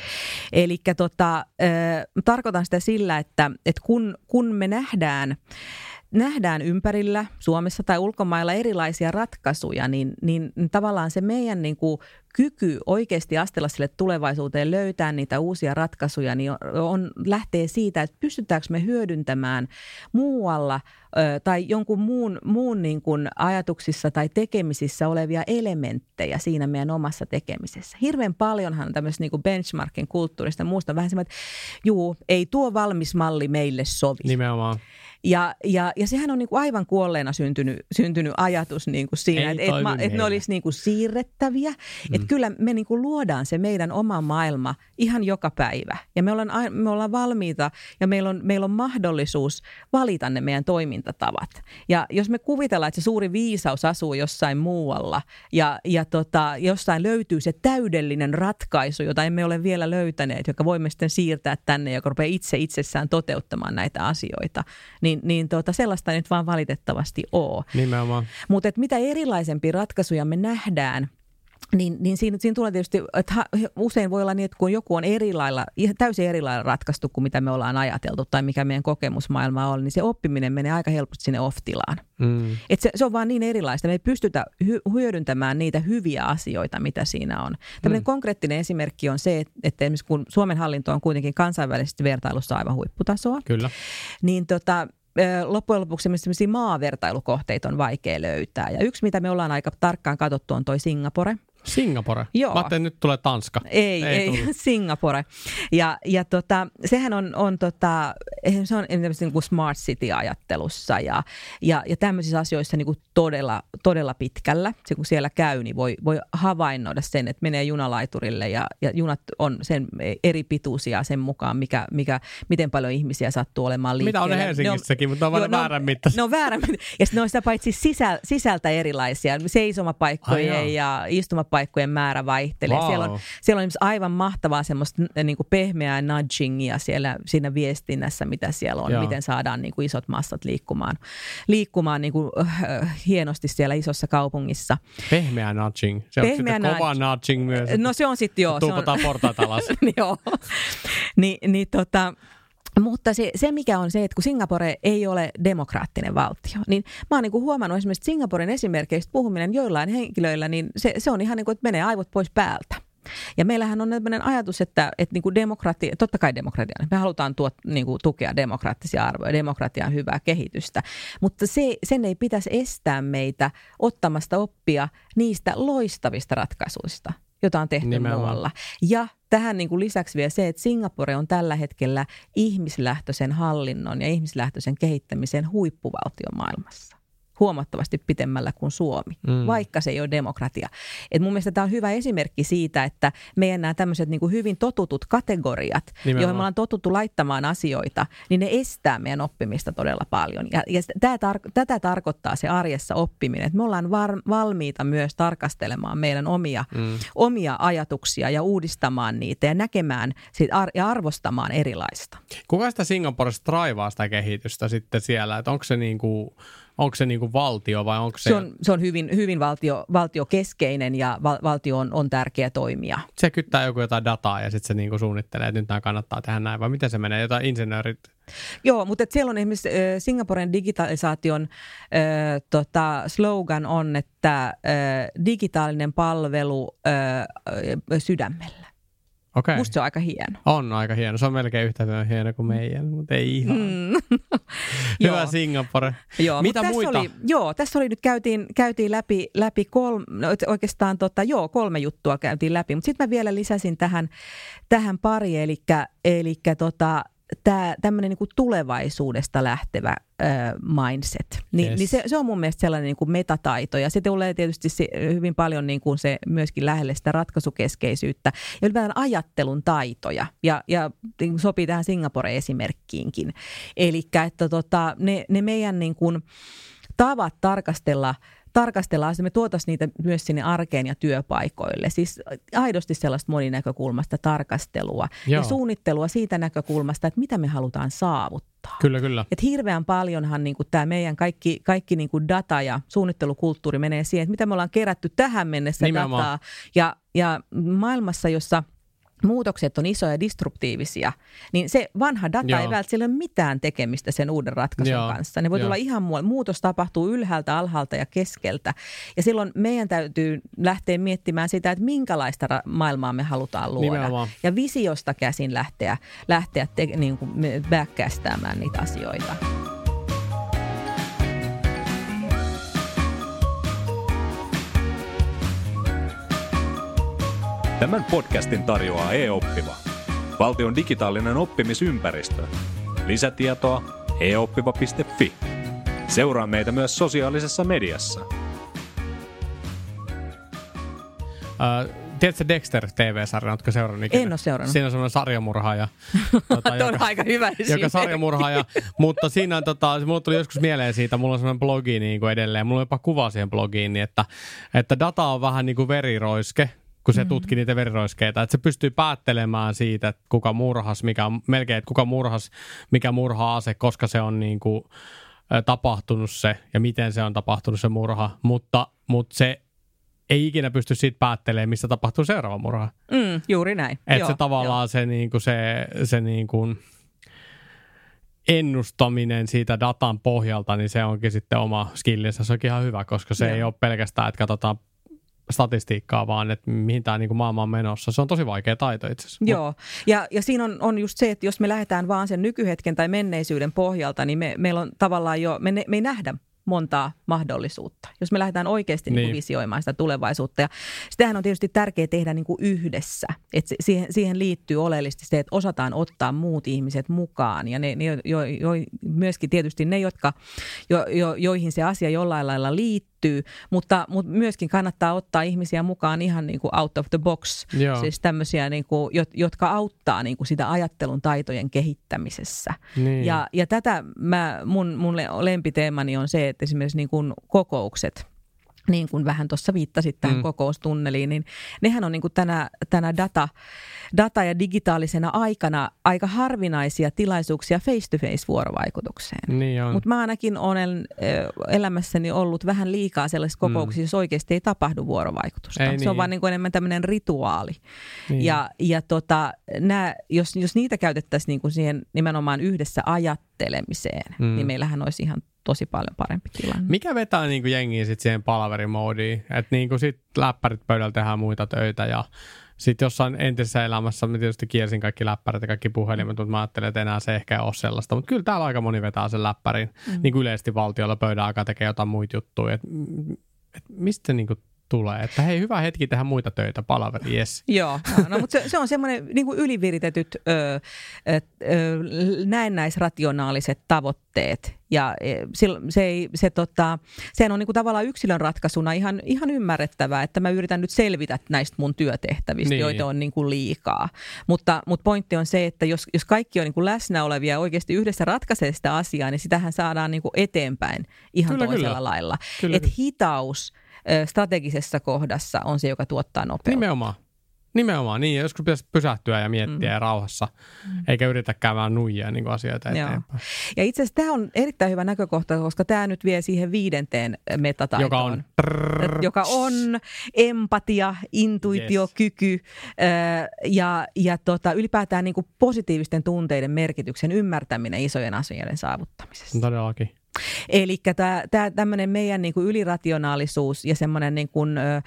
Eli tota, äh, tarkoitan sitä sillä, että, että kun, kun me nähdään, nähdään ympärillä Suomessa tai ulkomailla erilaisia ratkaisuja, niin, niin tavallaan se meidän niin kuin kyky oikeasti astella sille tulevaisuuteen, löytää niitä uusia ratkaisuja, niin on, on, lähtee siitä, että pystytäänkö me hyödyntämään muualla ö, tai jonkun muun, muun niin kuin ajatuksissa tai tekemisissä olevia elementtejä siinä meidän omassa tekemisessä. Hirveän paljonhan tämmöistä niin kuin benchmarkin kulttuurista ja muusta vähän semmoinen, että juu, ei tuo valmis malli meille sovi. Nimenomaan. Ja, ja, ja sehän on niin kuin aivan kuolleena syntynyt, syntynyt ajatus niin kuin siinä, että et, et ne olisi niin kuin siirrettäviä. Mm. Että kyllä me niin kuin luodaan se meidän oma maailma ihan joka päivä. Ja me ollaan, me ollaan valmiita ja meillä on, meillä on mahdollisuus valita ne meidän toimintatavat. Ja jos me kuvitellaan, että se suuri viisaus asuu jossain muualla ja, ja tota, jossain löytyy se täydellinen ratkaisu, jota emme ole vielä löytäneet, joka voimme sitten siirtää tänne, joka rupeaa itse itsessään toteuttamaan näitä asioita, niin Niin, niin tuota, sellaista ei nyt vaan valitettavasti ole. Nimenomaan. Mutta mitä erilaisempia ratkaisuja me nähdään, niin, niin siinä, siinä tulee tietysti, että usein voi olla niin, että kun joku on eri lailla, täysin eri lailla ratkaistu kuin mitä me ollaan ajateltu tai mikä meidän kokemusmaailma on, niin se oppiminen menee aika helposti sinne off-tilaan. Mm. Et se, se on vaan niin erilaista. Me ei pystytä hy- hyödyntämään niitä hyviä asioita, mitä siinä on. Tällainen mm. konkreettinen esimerkki on se, että esimerkiksi kun Suomen hallinto on kuitenkin kansainvälisesti vertailussa aivan huipputasoa, Kyllä. niin tota... loppujen lopuksi sellaisia maavertailukohteita on vaikea löytää. Ja yksi, mitä me ollaan aika tarkkaan katsottu, on toi Singapore. Singapore? Joo. Mä ajattelin, nyt tulee Tanska. Ei, ei, ei Singapore. Ja, ja tota, sehän on, on, tota, se on niin kuin smart city-ajattelussa ja, ja, ja tämmöisissä asioissa niin kuin todella, todella pitkällä. Se kun siellä käy, niin voi, voi havainnoida sen, että menee junalaiturille ja, ja junat on sen eri pituisia sen mukaan, mikä, mikä, miten paljon ihmisiä sattuu olemaan liikkeellä. Mitä on ne Helsingissäkin, mutta ne on vähän väärän mittaisia. Ne on väärän mittaisia. Ja sitten ne on sitä paitsi sisä, sisältä erilaisia, seisomapaikkojen Ai ja istumapaikkojen paikkojen määrä vaihtelee. Wow. Siellä on, siellä on aivan mahtavaa semmoista niin kuin pehmeää nudgingia siellä, siinä viestinnässä, mitä siellä on. Joo. Miten saadaan niin kuin isot massat liikkumaan, liikkumaan niin kuin, äh, hienosti siellä isossa kaupungissa. Pehmeä nudging. Se on pehmeä sitten kova nudging myös. No se on sitten joo. Tuupataan portaat alas. Joo. Ni, niin tota... Mutta se, se, mikä on se, että kun Singapore ei ole demokraattinen valtio, niin mä oon niin kuin huomannut esimerkiksi Singaporen esimerkkeistä puhuminen joillain henkilöillä, niin se, se on ihan niin kuin, että menee aivot pois päältä. Ja meillähän on tämmöinen ajatus, että, että niin kuin demokratia, totta kai demokratia, me halutaan tuot, niin kuin tukea demokraattisia arvoja, demokratian hyvää kehitystä, mutta se, sen ei pitäisi estää meitä ottamasta oppia niistä loistavista ratkaisuista, jota on tehty Nimenomaan. muualla. Ja tähän niin kuin lisäksi vielä se, että Singapore on tällä hetkellä ihmislähtöisen hallinnon ja ihmislähtöisen kehittämisen huippuvaltio maailmassa. Huomattavasti pitemmällä kuin Suomi, mm. vaikka se ei ole demokratia. Et mun mielestä tämä on hyvä esimerkki siitä, että meidän nämä tämmöiset niin kuin hyvin totutut kategoriat, Nimenomaan. joihin me ollaan totuttu laittamaan asioita, niin ne estää meidän oppimista todella paljon. Ja, ja tämä tar- tätä tarkoittaa se arjessa oppiminen, että me ollaan var- valmiita myös tarkastelemaan meidän omia, mm. omia ajatuksia ja uudistamaan niitä ja näkemään ar- ja arvostamaan erilaista. Kuka sitä Singaporesta raivaa sitä kehitystä sitten siellä, että onko se niin kuin... Onko se niin kuin valtio vai onko se... Se on, se on hyvin, hyvin valtio, valtiokeskeinen ja val, valtio on, on tärkeä toimija. Se kyttää joku jotain dataa ja sitten se niin kuin suunnittelee, että nyt nämä kannattaa tehdä näin, vai miten se menee? Jotain insinöörit? Joo, mutta siellä on esimerkiksi äh, Singaporen digitalisaation äh, tota, slogan on, että äh, digitaalinen palvelu äh, sydämellä. Okay. Musta se on aika hieno. On aika hieno. Se on melkein yhtä hieno kuin meidän, mutta ei ihan. Mm. Hyvä Singapore. Joo, mitä muita? Oli, joo, tässä oli nyt käytiin, käytiin läpi, läpi kolme, no oikeastaan tota, joo, kolme juttua käytiin läpi, mutta sitten mä vielä lisäsin tähän, tähän pari, eli, eli tota, tämä tämmöinen niin kuin tulevaisuudesta lähtevä ö, mindset, Ni, yes. niin se, se on mun mielestä sellainen niin kuin metataito, ja se tulee tietysti se, hyvin paljon niin kuin se myöskin lähelle sitä ratkaisukeskeisyyttä ja ylipäätään ajattelun taitoja, ja, ja sopii tähän Singapore-esimerkkiinkin. Eli että tota, ne, ne meidän niin kuin tavat tarkastella tarkastellaan, että me tuotaisiin niitä myös sinne arkeen ja työpaikoille. Siis aidosti sellaista moninäkökulmasta tarkastelua Joo. ja suunnittelua siitä näkökulmasta, että mitä me halutaan saavuttaa. Kyllä, kyllä. Et hirveän paljonhan niin kuin tämä meidän kaikki, kaikki niin kuin data ja suunnittelukulttuuri menee siihen, että mitä me ollaan kerätty tähän mennessä Nimenomaan. dataa. Ja, ja maailmassa, jossa muutokset on isoja ja disruptiivisia, niin se vanha data Joo. ei välttämättä ole mitään tekemistä sen uuden ratkaisun Joo. kanssa. Ne voi Joo. tulla ihan muualta. Muutos tapahtuu ylhäältä, alhaalta ja keskeltä. Ja silloin meidän täytyy lähteä miettimään sitä, että minkälaista ra- maailmaa me halutaan luoda. Nimenomaan. Ja visiosta käsin lähteä, lähteä te- niin kuin backcastaamaan niitä asioita. Tämän podcastin tarjoaa e-oppiva, valtion digitaalinen oppimisympäristö. Lisätietoa e oppiva piste fi. Seuraa meitä myös sosiaalisessa mediassa. Uh, tiedätkö Dexter T V-sarjan, oletko seurannut ikinä? En ole seurannut. Siinä on semmoinen sarjamurhaaja. Tuota, on joka, aika hyvä joka sarjamurhaaja, mutta siinä on, tota, mulle tuli joskus mieleen siitä, mulla on semmoinen blogi niin kuin edelleen, mulla on jopa kuva siihen blogiin, niin että, että data on vähän niin kuin veriroiske, kun se tutkii niitä veriroiskeita, että se pystyy päättelemään siitä, että kuka murhas, mikä on melkein, että kuka murhas, mikä murhaa se, koska se on niin kuin, ä, tapahtunut se ja miten se on tapahtunut se murha, mutta, mutta se ei ikinä pysty siitä päättelemään, missä tapahtuu seuraava murha. Mm, juuri näin. Että Joo, se tavallaan jo. se, niin kuin se, se niin kuin ennustaminen siitä datan pohjalta, niin se onkin sitten oma skillinsä. Se onkin ihan hyvä, koska se Joo. ei ole pelkästään, että katsotaan statistiikkaa, vaan että mihin tämä niin kuin maailma on menossa. Se on tosi vaikea taito itse asiassa. Joo, ja, ja siinä on, on just se, että jos me lähdetään vaan sen nykyhetken tai menneisyyden pohjalta, niin me, meillä on tavallaan jo, me, me ei nähdä montaa mahdollisuutta, jos me lähdetään oikeasti niin. Niin kuin visioimaan sitä tulevaisuutta. Ja sitähän on tietysti tärkeää tehdä niin kuin yhdessä. Että siihen, siihen liittyy oleellisesti se, että osataan ottaa muut ihmiset mukaan. Ja ne, ne jo, jo, myöskin tietysti ne, jotka, jo, jo, joihin se asia jollain lailla liittyy, mutta, mutta myöskin kannattaa ottaa ihmisiä mukaan ihan niin kuin out of the box. Joo. Siis tämmöisiä, niin kuin, jotka auttaa niin kuin sitä ajattelun taitojen kehittämisessä. Niin. Ja, ja tätä mä, mun, mun lempiteemani on se, että esimerkiksi niin kuin kokoukset, niin kuin vähän tuossa viittasit tähän mm. kokoustunneliin, niin nehän on niin kuin tänä, tänä data, data- ja digitaalisena aikana aika harvinaisia tilaisuuksia face-to-face vuorovaikutukseen. Niin mutta mä ainakin olen elämässäni ollut vähän liikaa sellaisissa kokouksissa, mm. jos oikeasti ei tapahdu vuorovaikutusta. Ei, se niin. on vaan niin kuin enemmän tämmöinen rituaali. Niin. Ja, ja tota, nää, jos, jos niitä käytettäisiin niin kuin siihen nimenomaan yhdessä ajattelemiseen, mm. niin meillähän olisi ihan tosi paljon parempi tilanne. Mikä vetää niin kuin jengiä sitten siihen palaverimoodiin? Että niin kuin sit läppärit pöydällä tehdään muita töitä ja sitten jossain entisessä elämässä mä tietysti kiersin kaikki läppärit ja kaikki puhelimet, mutta mä ajattelin, että enää se ehkä ei ole sellaista. Mutta kyllä täällä aika moni vetää sen läppärin. Mm. Niin kuin yleisesti valtiolla pöydän aikaa tekee jotain muita juttuja. Et, et mistä se niin kuin tulee? Että hei, hyvä hetki tehdä muita töitä, palaveri, yes. Joo, no, mutta se, se on semmoinen niin kuin yliviritetyt ö, ö, näennäisrationaaliset tavoitteet. Ja se, se, ei, se, tota, sehän on niin kuin tavallaan yksilön ratkaisuna ihan, ihan ymmärrettävää, että mä yritän nyt selvitä näistä mun työtehtävistä, niin. joita on niin kuin liikaa. Mutta, mutta pointti on se, että jos, jos kaikki on niin kuin läsnä olevia ja oikeasti yhdessä ratkaisee sitä asiaa, niin sitähän saadaan niin kuin eteenpäin ihan kyllä, toisella kyllä. lailla. Että hitaus strategisessa kohdassa on se, joka tuottaa nopeutta. Nimenomaan. Nimenomaan niin. Joskus pitäisi pysähtyä ja miettiä mm. rauhassa, mm. eikä yritäkään vaan nuijia niin asioita eteenpäin. Joo. Ja itse asiassa tämä on erittäin hyvä näkökohta, koska tämä nyt vie siihen viidenteen metataitoon. Joka on? Joka on empatia, intuitiokyky yes. ja, ja tota, ylipäätään niin kuin positiivisten tunteiden merkityksen ymmärtäminen isojen asioiden saavuttamisessa. Todellakin. Eli tämä tämmöinen meidän niin kuin ylirationaalisuus ja semmoinen niin kuin, ö, ö,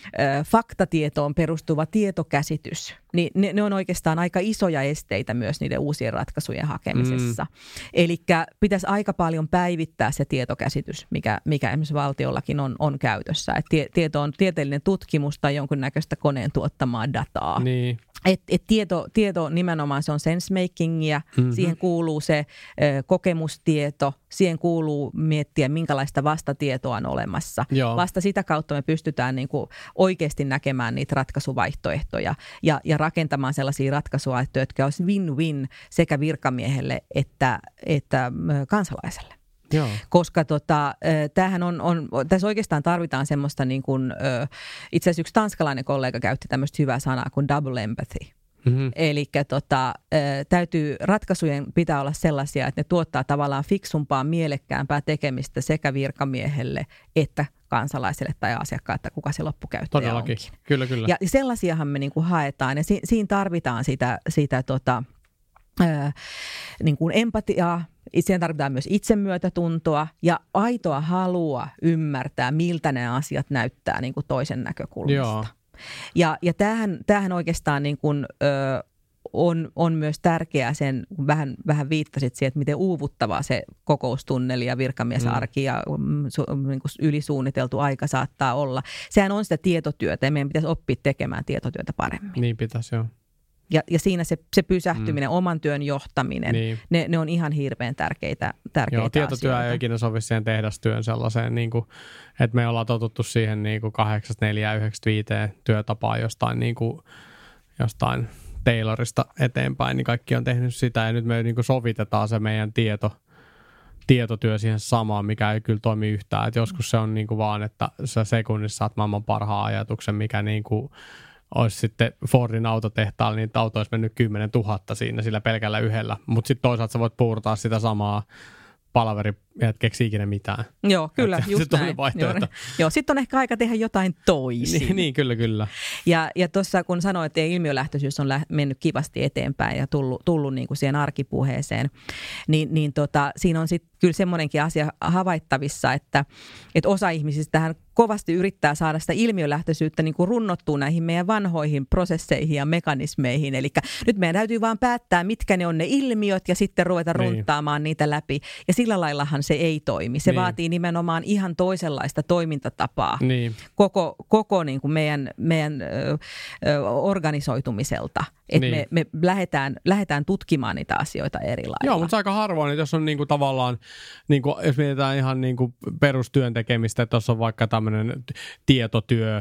faktatietoon perustuva tietokäsitys, niin ne, ne on oikeastaan aika isoja esteitä myös niiden uusien ratkaisujen hakemisessa. Mm. Eli pitäisi aika paljon päivittää se tietokäsitys, mikä, mikä esimerkiksi valtiollakin on, on käytössä. Et tie, tieto on tieteellinen tutkimus tai jonkunnäköistä koneen tuottamaa dataa. Niin. Et, et tieto, tieto nimenomaan se on sensemakingia, mm-hmm. siihen kuuluu se ö, kokemustieto, siihen kuuluu miettiä minkälaista vastatietoa on olemassa. Joo. Vasta sitä kautta me pystytään niin kuin oikeasti näkemään niitä ratkaisuvaihtoehtoja ja, ja rakentamaan sellaisia ratkaisuvaihtoehtoja, jotka olisi win-win sekä virkamiehelle että, että kansalaiselle. Joo. Koska tota, tämähän on, on, tässä oikeastaan tarvitaan semmoista niin kuin, itse asiassa yksi tanskalainen kollega käytti tämmöistä hyvää sanaa kuin double empathy. Mm-hmm. Eli tota, täytyy, ratkaisujen pitää olla sellaisia, että ne tuottaa tavallaan fiksumpaa, mielekkäämpää tekemistä sekä virkamiehelle että kansalaiselle tai asiakkaalle, että kuka se loppukäyttäjä Todellakin. onkin. Kyllä, kyllä. Ja sellaisiahan me niin kuin haetaan ja si, siinä tarvitaan sitä, sitä tota, ää, niin kuin empatiaa. Siihen tarvitaan myös itsemyötätuntoa ja aitoa halua ymmärtää, miltä ne asiat näyttää niin kuin toisen näkökulmasta. Joo. Ja, ja tämähän, tämähän oikeastaan niin kuin, ö, on, on myös tärkeää sen, kun vähän, vähän viittasit siihen, että miten uuvuttavaa se kokoustunneli ja virkamiesarki ja su, niin kuin ylisuunniteltu aika saattaa olla. Sehän on sitä tietotyötä ja meidän pitäisi oppia tekemään tietotyötä paremmin. Niin pitäisi, joo. Ja, ja siinä se, se pysähtyminen, mm. oman työn johtaminen, niin. ne, ne on ihan hirveän tärkeitä, tärkeitä Joo, tietotyö asioita. ei ikinä sovi siihen tehdastyön sellaiseen, niin kuin, että me ollaan totuttu siihen niin kuin kahdeksasta neljään, yhdeksästä viiteen työtapaa jostain, niin kuin, jostain Taylorista eteenpäin, niin kaikki on tehnyt sitä ja nyt me niin kuin sovitetaan se meidän tieto, tietotyö siihen samaan, mikä ei kyllä toimi yhtään. Et joskus se on niin kuin vaan, että sä sekunnissa saat maailman parhaan ajatuksen, mikä niin kuin olisi sitten Fordin autotehtaalla, niin auto olisi mennyt kymmenen tuhatta siinä sillä pelkällä yhdellä. Mutta sitten toisaalta sä voit puurtaa sitä samaa palaveri, et keksi ikinä mitään. Joo, kyllä, et just näin. Joo, sitten on ehkä aika tehdä jotain toisin. niin, niin, kyllä, kyllä. Ja, ja tuossa kun sanoit, että ilmiölähtöisyys on lä- mennyt kivasti eteenpäin ja tullut, tullut niin kuin siihen arkipuheeseen, niin, niin tota, siinä on sitten kyllä semmoinenkin asia havaittavissa, että, että osa ihmisistä tähän kovasti yrittää saada sitä ilmiölähtöisyyttä niin kuin runnottua näihin meidän vanhoihin prosesseihin ja mekanismeihin. Eli nyt meidän täytyy vaan päättää, mitkä ne on ne ilmiöt ja sitten ruveta niin. runttaamaan niitä läpi. Ja sillä laillahan se ei toimi. Se niin. vaatii nimenomaan ihan toisenlaista toimintatapaa niin. koko, koko niin kuin meidän, meidän ö, ö, organisoitumiselta. Että niin. me, me lähdetään, lähdetään tutkimaan niitä asioita eri lailla. Joo, mutta se aika harvoin, että jos on niin kuin tavallaan, niin kuin, jos mietitään ihan niin kuin perustyön tekemistä, että tuossa on vaikka tämmöinen tietotyö,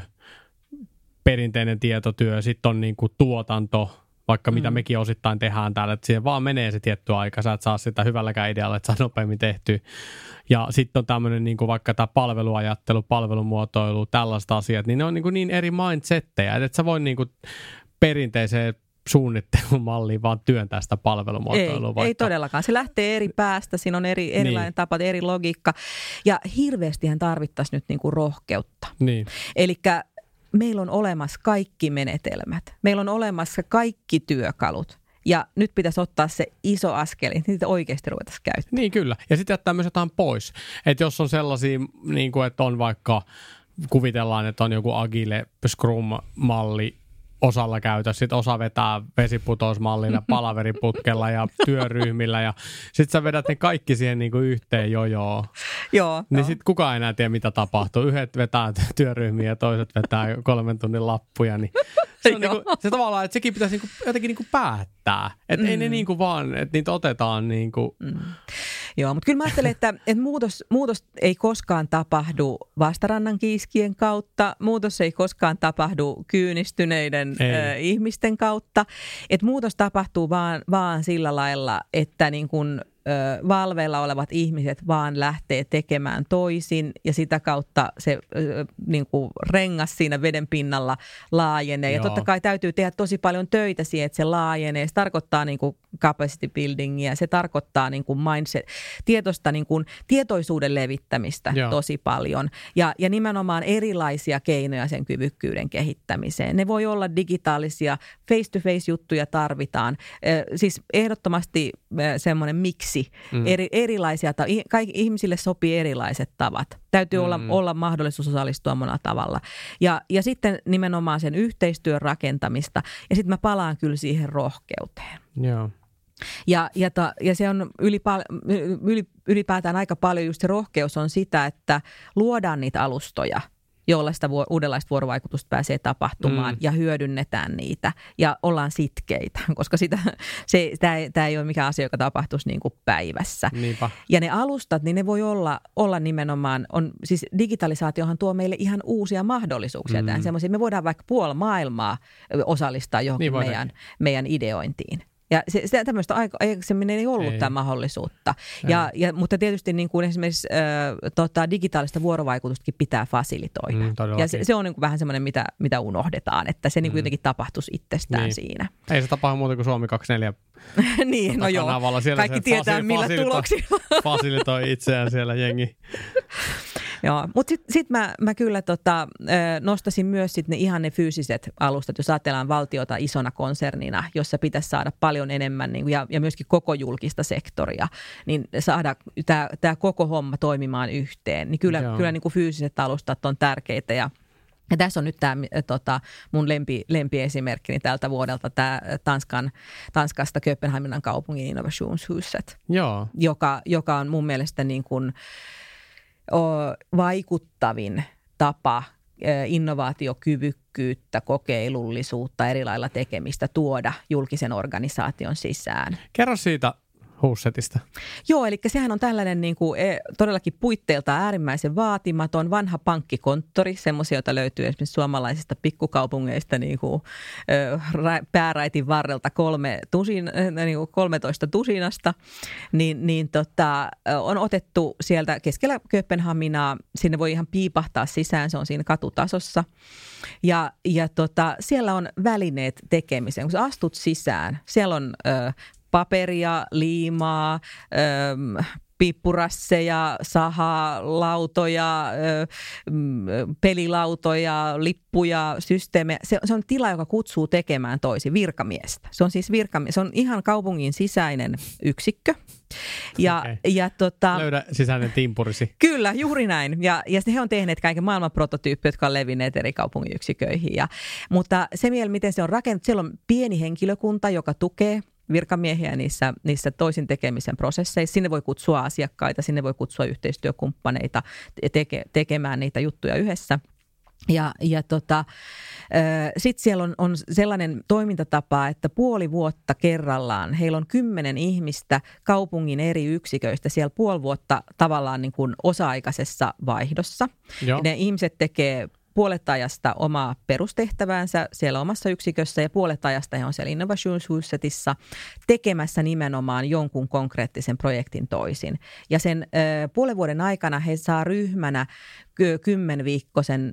perinteinen tietotyö, sitten on niin kuin tuotanto, vaikka mitä mm. mekin osittain tehdään täällä, että siihen vaan menee se tietty aika, sä et saa sitä hyvälläkään idealla, että saa nopeammin tehtyä. Ja sitten on tämmöinen niin kuin vaikka tämä palveluajattelu, palvelumuotoilu, tällaista asiat, niin ne on niin, kuin niin eri mindsettejä, että sä voi niin kuin perinteiseen suunnittelumalliin vaan työntää sitä palvelumuotoilua. Ei, vaikka. ei todellakaan. Se lähtee eri päästä, siinä on eri, erilainen niin. tapa, eri logiikka. Ja hirveästihän tarvittaisiin nyt niinku rohkeutta. Niin. Elikkä meillä on olemassa kaikki menetelmät. Meillä on olemassa kaikki työkalut. Ja nyt pitäisi ottaa se iso askel, että niitä oikeasti ruvetaan käyttämään. Niin kyllä. Ja sitten jättää myös jotain pois. Että jos on sellaisia, niin kuin, että on vaikka, kuvitellaan, että on joku Agile Scrum-malli, osalla käytössä, sitten osa vetää vesiputousmallilla, palaveriputkella ja työryhmillä ja sitten sä vedät ne kaikki siihen niinku yhteen jojoon. Joo. Niin sitten kukaan ei enää tiedä, mitä tapahtuu. Yhdet vetää työryhmiä ja toiset vetää kolmen tunnin lappuja, niin se on niinku, se tavallaan, että sekin pitäisi niinku, jotenkin niinku päättää. Että mm. ei ne niinku vaan, että niitä otetaan niinku. Mm. Joo, mutta kyllä mä ajattelen, että, että muutos, muutos ei koskaan tapahdu vastarannan kiiskien kautta, muutos ei koskaan tapahdu kyynistyneiden ö, ihmisten kautta, että muutos tapahtuu vaan, vaan sillä lailla, että niin kun ö, valveilla olevat ihmiset vaan lähtee tekemään toisin ja sitä kautta se ö, niin kuin rengas siinä veden pinnalla laajenee. Joo. Ja totta kai täytyy tehdä tosi paljon töitä siihen, että se laajenee. Se tarkoittaa niin kuin capacity buildingia, se tarkoittaa niin kuin mindset, tietoista niin kuin tietoisuuden levittämistä Joo. tosi paljon ja, ja nimenomaan erilaisia keinoja sen kyvykkyyden kehittämiseen. Ne voi olla digitaalisia, face-to-face juttuja tarvitaan. Ö, siis ehdottomasti semmoinen miksi, mm. eri, erilaisia, kaikki ihmisille sopii erilaiset tavat. Täytyy mm. olla, olla mahdollisuus osallistua monella tavalla. Ja, ja sitten nimenomaan sen yhteistyön rakentamista. Ja sitten mä palaan kyllä siihen rohkeuteen. Joo. Ja, ja, ta, ja se on ylipä, yli, ylipäätään aika paljon just se rohkeus on sitä, että luodaan niitä alustoja, joilla sitä vu- uudenlaista vuorovaikutusta pääsee tapahtumaan mm. ja hyödynnetään niitä ja ollaan sitkeitä, koska sitä, se, tämä ei ole mikään asia, joka tapahtuisi niin kuin päivässä. Niinpä. Ja ne alustat, niin ne voi olla, olla nimenomaan, on, siis digitalisaatiohan tuo meille ihan uusia mahdollisuuksia. Mm. Semmoisia, me voidaan vaikka puoli maailmaa osallistaa johonkin niin meidän, meidän ideointiin. Ja se, se, tämmöistä aikaisemmin ei ollut ei. Tämä mahdollisuutta. Ja, ja, mutta tietysti niin kuin esimerkiksi äh, tota, digitaalista vuorovaikutustakin pitää fasilitoida. Mm, ja se, se on niin kuin vähän semmoinen, mitä, mitä unohdetaan, että se niin kuin mm. jotenkin tapahtuisi itsestään niin. siinä. Ei se tapahdu muuta kuin Suomi kaksikymmentäneljä. niin, no joo. Kaikki tietää, millä tuloksilla. Fasilitoi itseään siellä jengi. Joo, mutta sitten sit mä, mä kyllä tota, nostasin myös sit ne ihan ne fyysiset alustat, jos ajatellaan valtiota isona konsernina, jossa pitäisi saada paljon enemmän niin, ja, ja myöskin koko julkista sektoria, niin saada tämä koko homma toimimaan yhteen. Niin kyllä, kyllä niin kuin fyysiset alustat on tärkeitä ja Ja tässä on nyt tämä tota, mun lempi, lempiesimerkkini tältä vuodelta, tämä Tanskan, Tanskasta Kööpenhaminan kaupungin Innovationshuset, Joo. Joka, joka on mun mielestä niin kuin vaikuttavin tapa innovaatiokyvykkyyttä, kokeilullisuutta, eri lailla tekemistä tuoda julkisen organisaation sisään. Kerro siitä Husetista. Joo, eli sehän on tällainen niin kuin, todellakin puitteilta äärimmäisen vaatimaton vanha pankkikonttori, semmoisia, joita löytyy esimerkiksi suomalaisista pikkukaupungeista niin kuin, pääraitin varrelta kolme tusin, niin kuin kolmetoista tusinasta, niin, niin tota, on otettu sieltä keskellä Kööpenhaminaa, sinne voi ihan piipahtaa sisään, se on siinä katutasossa. Ja, ja tota, siellä on välineet tekemiseen, kun sä astut sisään, siellä on ö, paperia, liimaa, ö, pippurasseja, sahaa, lautoja, ö, pelilautoja, lippuja, systeemejä. Se, se on tila, joka kutsuu tekemään toisi virkamiestä. Se on siis virkamies, se on ihan kaupungin sisäinen yksikkö. Ja, okay. ja tota, löydä sisäinen timpurisi. Kyllä, juuri näin. Ja, ja he on tehneet kaiken maailman prototyyppiä, jotka on levinneet eri kaupungiyksiköihin. Ja, mutta se, miten se on rakennettu, siellä on pieni henkilökunta, joka tukee virkamiehiä niissä, niissä toisin tekemisen prosesseissa. Sinne voi kutsua asiakkaita, sinne voi kutsua yhteistyökumppaneita teke, tekemään niitä juttuja yhdessä. Ja, ja tota, sitten siellä on, on sellainen toimintatapa, että puoli vuotta kerrallaan heillä on kymmenen ihmistä kaupungin eri yksiköistä siellä puoli vuotta tavallaan niin kuin osa-aikaisessa vaihdossa. Ne ihmiset tekee puolet ajasta omaa perustehtäväänsä siellä omassa yksikössä ja puolet ajasta he on siellä Innovationshusetissa tekemässä nimenomaan jonkun konkreettisen projektin toisin. Ja sen ö, puolen vuoden aikana he saa ryhmänä kymmenviikkoisen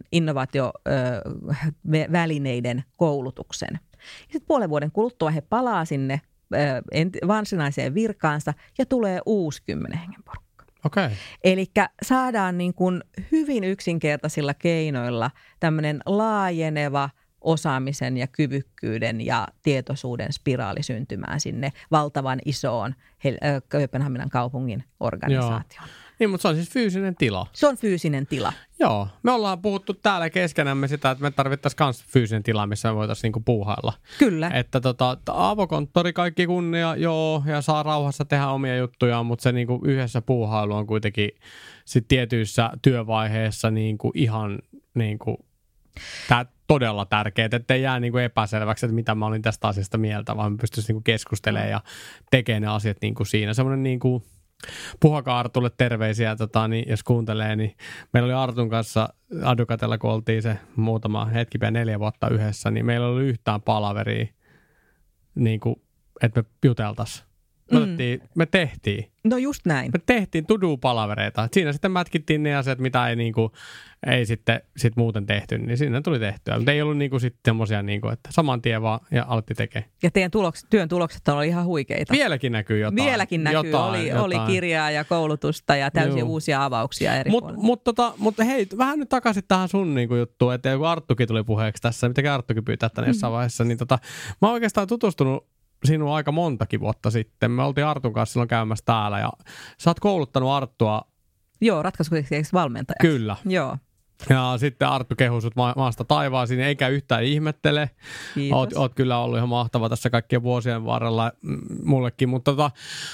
innovaatiovälineiden koulutuksen. Ja sitten puolen vuoden kuluttua he palaa sinne ö, varsinaiseen virkaansa ja tulee uusi kymmenen hengen porukka. Okay. Eli saadaan niin kuin hyvin yksinkertaisilla keinoilla tämmöinen laajeneva osaamisen ja kyvykkyyden ja tietoisuuden spiraali syntymään sinne valtavan isoon Kööpenhaminan kaupungin organisaatioon. Joo. Niin, mutta se on siis fyysinen tila. Se on fyysinen tila. Joo. Me ollaan puhuttu täällä keskenämme sitä, että me tarvittaisiin myös fyysinen tila, missä me voitaisiin niinku puuhailla. Kyllä. Että tota, avokonttori kaikki kunnia, joo, ja saa rauhassa tehdä omia juttujaan, mutta se niinku yhdessä puuhailu on kuitenkin sit tietyissä työvaiheessa niinku ihan niinku, tää todella tärkeää, ettei jää niinku epäselväksi, että mitä mä olin tästä asiasta mieltä, vaan me pystyisi niinku keskustelemaan ja tekemään ne asiat niinku siinä. Semmoinen niinku puhukaa Artulle terveisiä, tota, niin jos kuuntelee, niin meillä oli Artun kanssa Adukatella, kun oltiin se muutama hetki pian neljä vuotta yhdessä, niin meillä oli yhtään palaveria, niin kuin, että me juteltaisiin. Me, mm. me tehtiin. No just näin. Me tehtiin to-do-palavereita. Siinä sitten mätkittiin ne asiat, mitä ei, niin kuin, ei sitten sit muuten tehty, niin siinä tuli tehtyä. Mutta ei ollut niin kuin, sitten semmoisia, niin kuin, että saman tien vaan ja alettiin tekemään. Ja teidän tulokset, työn tulokset oli ihan huikeita. Vieläkin näkyy jotain. Vieläkin näkyy. Jotain, oli, jotain. oli kirjaa ja koulutusta ja täysin Juu. uusia avauksia eri Mutta mut, tota, mut hei, vähän nyt takaisin tähän sun niin kuin, juttuun, että joku Arttukin tuli puheeksi tässä, mitäkin Arttukin pyytää tänne jossain mm. vaiheessa, niin tota, mä oon oikeastaan tutustunut sinua aika montakin vuotta sitten. Me oltiin Artun kanssa silloin käymässä täällä ja sä oot kouluttanut Arttua. Joo, ratkaisukeskeiseksi valmentajaksi. Kyllä. Joo. Ja sitten Arttu kehui sut ma- maasta taivaasiin, eikä yhtään ihmettele. Oot, oot kyllä ollut ihan mahtava tässä kaikkien vuosien varrella mullekin, mutta tota,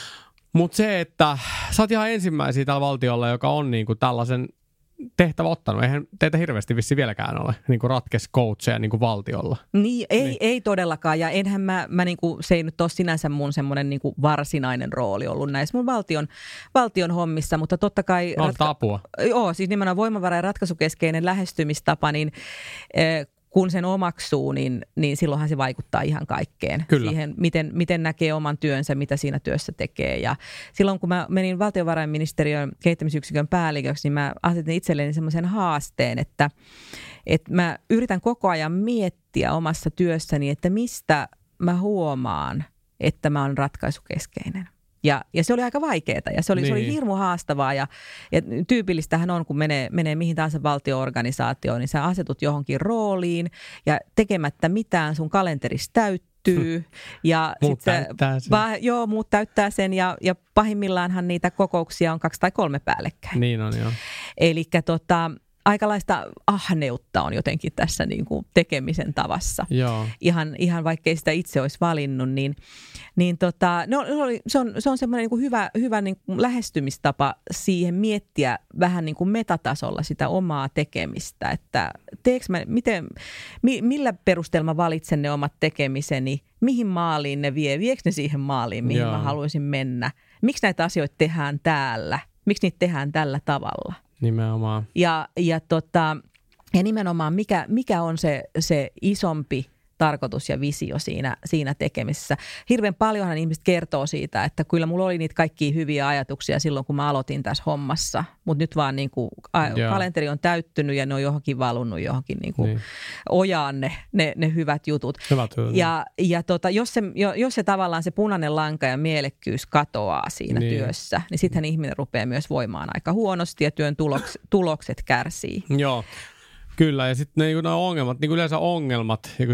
mut se, että sä oot ihan ensimmäisiä tällä valtiolla, joka on niinku tällaisen tehtävä ottanut. Eihän teitä hirveästi vissi vieläkään ole niin kuin ratkes-coacheja niin kuin valtiolla. Niin, ei, niin. ei todellakaan. Ja enhän mä, mä niin kuin, se ei nyt ole sinänsä mun semmoinen niin kuin varsinainen rooli ollut näissä mun valtion, valtion hommissa, mutta totta kai... No, ratka- apua. Joo, siis nimenomaan voimavara- ja ratkaisukeskeinen lähestymistapa, niin... Eh, kun sen omaksuu, niin, niin silloinhan se vaikuttaa ihan kaikkeen. Kyllä. Siihen, miten, miten näkee oman työnsä, mitä siinä työssä tekee. Ja silloin, kun mä menin valtiovarainministeriön kehittämisyksikön päälliköksi, niin mä asetin itselleni semmoisen haasteen, että, että mä yritän koko ajan miettiä omassa työssäni, että mistä mä huomaan, että mä oon ratkaisukeskeinen. Ja, ja se oli aika vaikeaa ja se oli, niin. se oli hirmu haastavaa ja, ja tyypillistähän on, kun menee, menee mihin tahansa valtio-organisaatioon, niin sä asetut johonkin rooliin ja tekemättä mitään sun kalenterissa täyttyy. Ja muut sit täyttää sen. Va, joo, muut täyttää sen ja, ja pahimmillaanhan niitä kokouksia on kaksi tai kolme päällekkäin. Niin on, joo. Elikkä tota... Aikalaista ahneutta on jotenkin tässä niin kuin tekemisen tavassa. Joo. Ihan, ihan vaikkei sitä itse olisi valinnut, niin, niin tota, no, se on, se on semmoinen niin kuin hyvä, hyvä niin kuin lähestymistapa siihen miettiä vähän niin kuin metatasolla sitä omaa tekemistä. Että teekö mä, miten, mi, millä perusteella mä valitsen ne omat tekemiseni, mihin maaliin ne vie, viekö ne siihen maaliin, mihin Joo. mä haluaisin mennä. Miksi näitä asioita tehdään täällä, miksi niitä tehdään tällä tavalla. Nimenomaan. Ja, ja, tota, ja nimenomaan mikä, mikä on se, se isompi tarkoitus ja visio siinä, siinä tekemisessä. Hirveän paljonhan ihmiset kertoo siitä, että kyllä mulla oli niitä kaikkia hyviä ajatuksia silloin, kun mä aloitin tässä hommassa, mutta nyt vaan niin kuin kalenteri on täyttynyt ja ne on johonkin valunut johonkin niin kuin niin. ojaan ne, ne, ne hyvät jutut. Hyvät jutut. Ja, ja tota, jos, se, jos se tavallaan se punainen lanka ja mielekkyys katoaa siinä niin. työssä, niin sittenhän ihminen rupeaa myös voimaan aika huonosti ja työn tuloks, tulokset kärsii. Joo. Kyllä, ja sitten niin ne ongelmat, niin kuin yleensä ongelmat, ja kun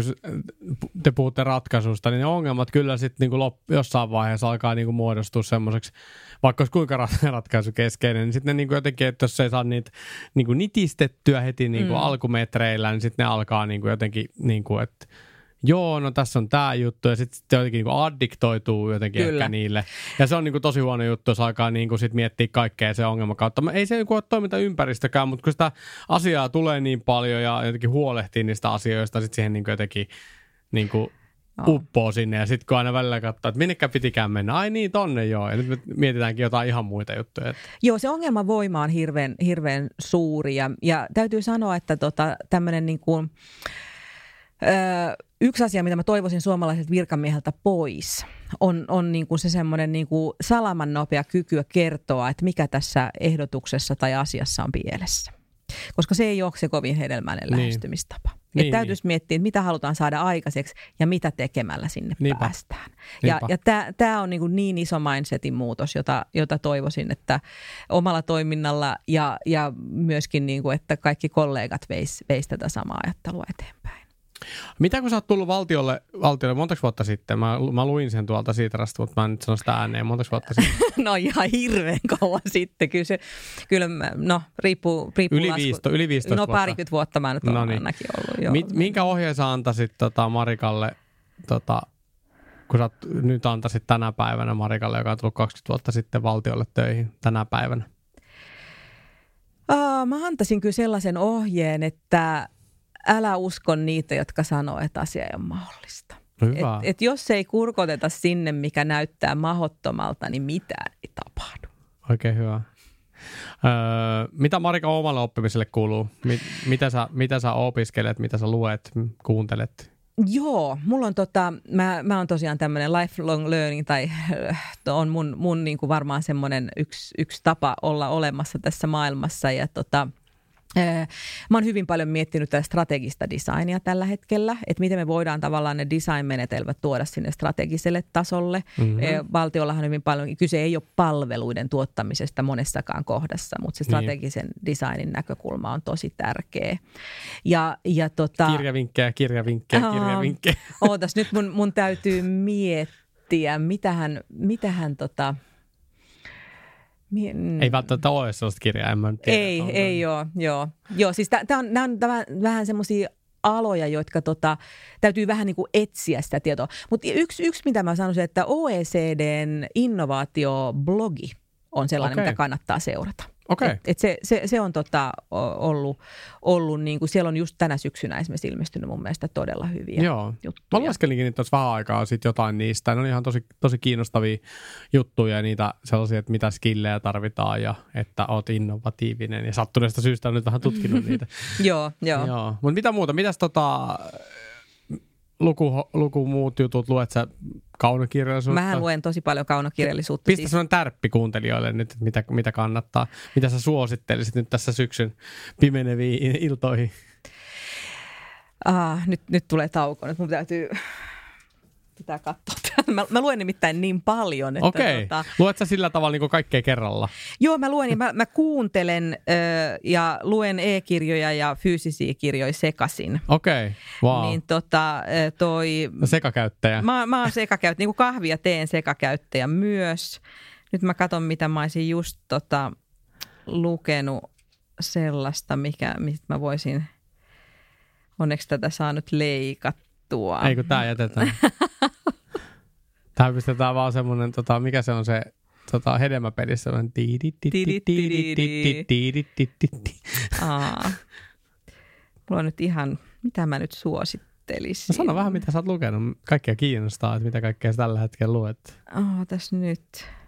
te puhutte ratkaisusta, niin ne ongelmat kyllä sitten niin lop, jossain vaiheessa alkaa niin kuin muodostua semmoiseksi, vaikka olisi kuinka ratkaisukeskeinen, niin sitten ne niin kuin jotenkin, että jos ei saa niitä niin kuin nitistettyä heti niin kuin mm. alkumetreillä, niin sitten ne alkaa niin kuin jotenkin, niin kuin, että joo, no tässä on tämä juttu, ja sitten sit jotenkin niinku addiktoituu jotenkin Kyllä. ehkä niille. Ja se on niinku tosi huono juttu, jos alkaa niinku sit miettiä kaikkea se ongelma kautta. Ei se niinku ole toimintaympäristökään, mutta kun sitä asiaa tulee niin paljon ja jotenkin huolehtii niistä asioista, sitten siihen niinku jotenkin niinku no. uppoo sinne. Ja sitten kun aina välillä katsoo, että minnekään pitikään mennä, ai niin, tonne joo. Ja nyt me mietitäänkin jotain ihan muita juttuja. Joo, se ongelman voima on hirveän, hirveän suuri. Ja, ja täytyy sanoa, että tota, tämmöinen niin kuin... Öö, yksi asia, mitä mä toivoisin suomalaiset virkamieheltä pois, on, on niin kuin se semmoinen niin kuin salaman nopea kykyä kertoa, että mikä tässä ehdotuksessa tai asiassa on pielessä. Koska se ei ole se kovin hedelmällinen niin. lähestymistapa. Niin, että täytyisi niin. miettiä, mitä halutaan saada aikaiseksi ja mitä tekemällä sinne Niinpä. päästään. Niinpä. Ja, ja tämä on niin, kuin niin iso mindsetin muutos, jota, jota toivoisin, että omalla toiminnalla ja, ja myöskin, niin kuin, että kaikki kollegat veis, veis tätä samaa ajattelua eteenpäin. Mitä kun sä oot tullut valtiolle, valtiolle montako vuotta sitten? Mä, mä luin sen tuolta Sitrasta, mutta mä en nyt sano sitä ääneen. Montako vuotta sitten? No ihan hirveän kauan sitten. Kyllä, se, kyllä no riippuu, riippuu yli, viisto, yli viisitoista No vuotta. parikymmentä vuotta mä nyt olen Noniin. ainakin ollut. Joo. Mit, minkä ohjeen sä antaisit tota Marikalle, tota, kun sä nyt antaisit tänä päivänä Marikalle, joka on tullut kaksikymmentä vuotta sitten valtiolle töihin tänä päivänä? Uh, mä antaisin kyllä sellaisen ohjeen, että älä usko niitä, jotka sanoo, että asia ei ole mahdollista. Hyvä. Et, et jos ei kurkoteta sinne, mikä näyttää mahdottomalta, niin mitään ei tapahdu. Oikein hyvä. Öö, mitä Marika omalle oppimiselle kuuluu? Mit, mitä, sä, mitä sä opiskelet, mitä sä luet, kuuntelet? Joo, mulla on tota, mä, mä oon tosiaan tämmöinen lifelong learning, tai on mun, mun niin kuin varmaan semmoinen yksi, yksi tapa olla olemassa tässä maailmassa, ja tota, mä oon hyvin paljon miettinyt tätä strategista designia tällä hetkellä, että miten me voidaan tavallaan ne design-menetelmät tuoda sinne strategiselle tasolle. Mm-hmm. Valtiollahan hyvin paljon, kyse ei ole palveluiden tuottamisesta monessakaan kohdassa, mutta se strategisen niin. designin näkökulma on tosi tärkeä. Ja, ja tota, kirjavinkkejä, kirjavinkkejä, kirjavinkkejä. Ootas, nyt mun, mun täytyy miettiä. miettiä, mitähän, mitähän tota... Ei välttämättä ole sellaista kirjaa, en mä nyt tiedä. Ei, ei ole, joo. joo siis tämä on, on tämän, vähän semmoisia aloja, jotka tota, täytyy vähän niin kuin etsiä sitä tietoa. Mutta yksi, yksi, mitä mä sanoisin, että O E C D:n innovaatioblogi on sellainen, okay. mitä kannattaa seurata. Okay. Et, et se, se, se on tota, ollut, ollut niin kuin, siellä on just tänä syksynä esimerkiksi ilmestynyt mun mielestä todella hyviä Joo. juttuja. Mä laskelinkin tuossa vähän aikaa sit jotain niistä. Ne on ihan tosi, tosi kiinnostavia juttuja ja niitä sellaisia, että mitä skillejä tarvitaan ja että oot innovatiivinen. Ja sattuneesta syystä on nyt vähän tutkinut niitä. joo, joo. joo. Mutta mitä muuta? Mitäs tota... Luku, luku muut jutut, luet sä kaunokirjallisuutta? Mähän luen tosi paljon kaunokirjallisuutta. Pistä siis. sellainen tärppi kuuntelijoille nyt, että mitä, mitä kannattaa. Mitä sä suosittelisit nyt tässä syksyn pimeneviin iltoihin? Ah, nyt, nyt tulee tauko. Nyt mun täytyy... Pitää katsoa. Mä, mä luen nimittäin niin paljon. Että Okei. Tota... Luet sä sillä tavalla niin kuin kaikkea kerralla? Joo, mä luen ja mä, mä kuuntelen ö, ja luen e-kirjoja ja fyysisiä kirjoja sekaisin. Okei, wow. Niin tota toi... Sekakäyttäjä. Mä, mä oon sekakäyttäjä, niin kuin kahvia teen sekakäyttäjä myös. Nyt mä katson, mitä mä olisin just tota, lukenut sellaista, mikä, mistä mä voisin... Onneksi tätä saa nyt leikattua. Ei kun tää jätetään. Tähän pistetään vaan semmonen, tota, mikä se on se tota, hedelmäpelissä, semmonen Aa. Mulla on nyt ihan, mitä mä nyt suosittelisin. No sano vähän, mitä sä oot lukenut. Kaikkea kiinnostaa, että mitä kaikkea sä tällä hetkellä luet. Oh, tässä nyt.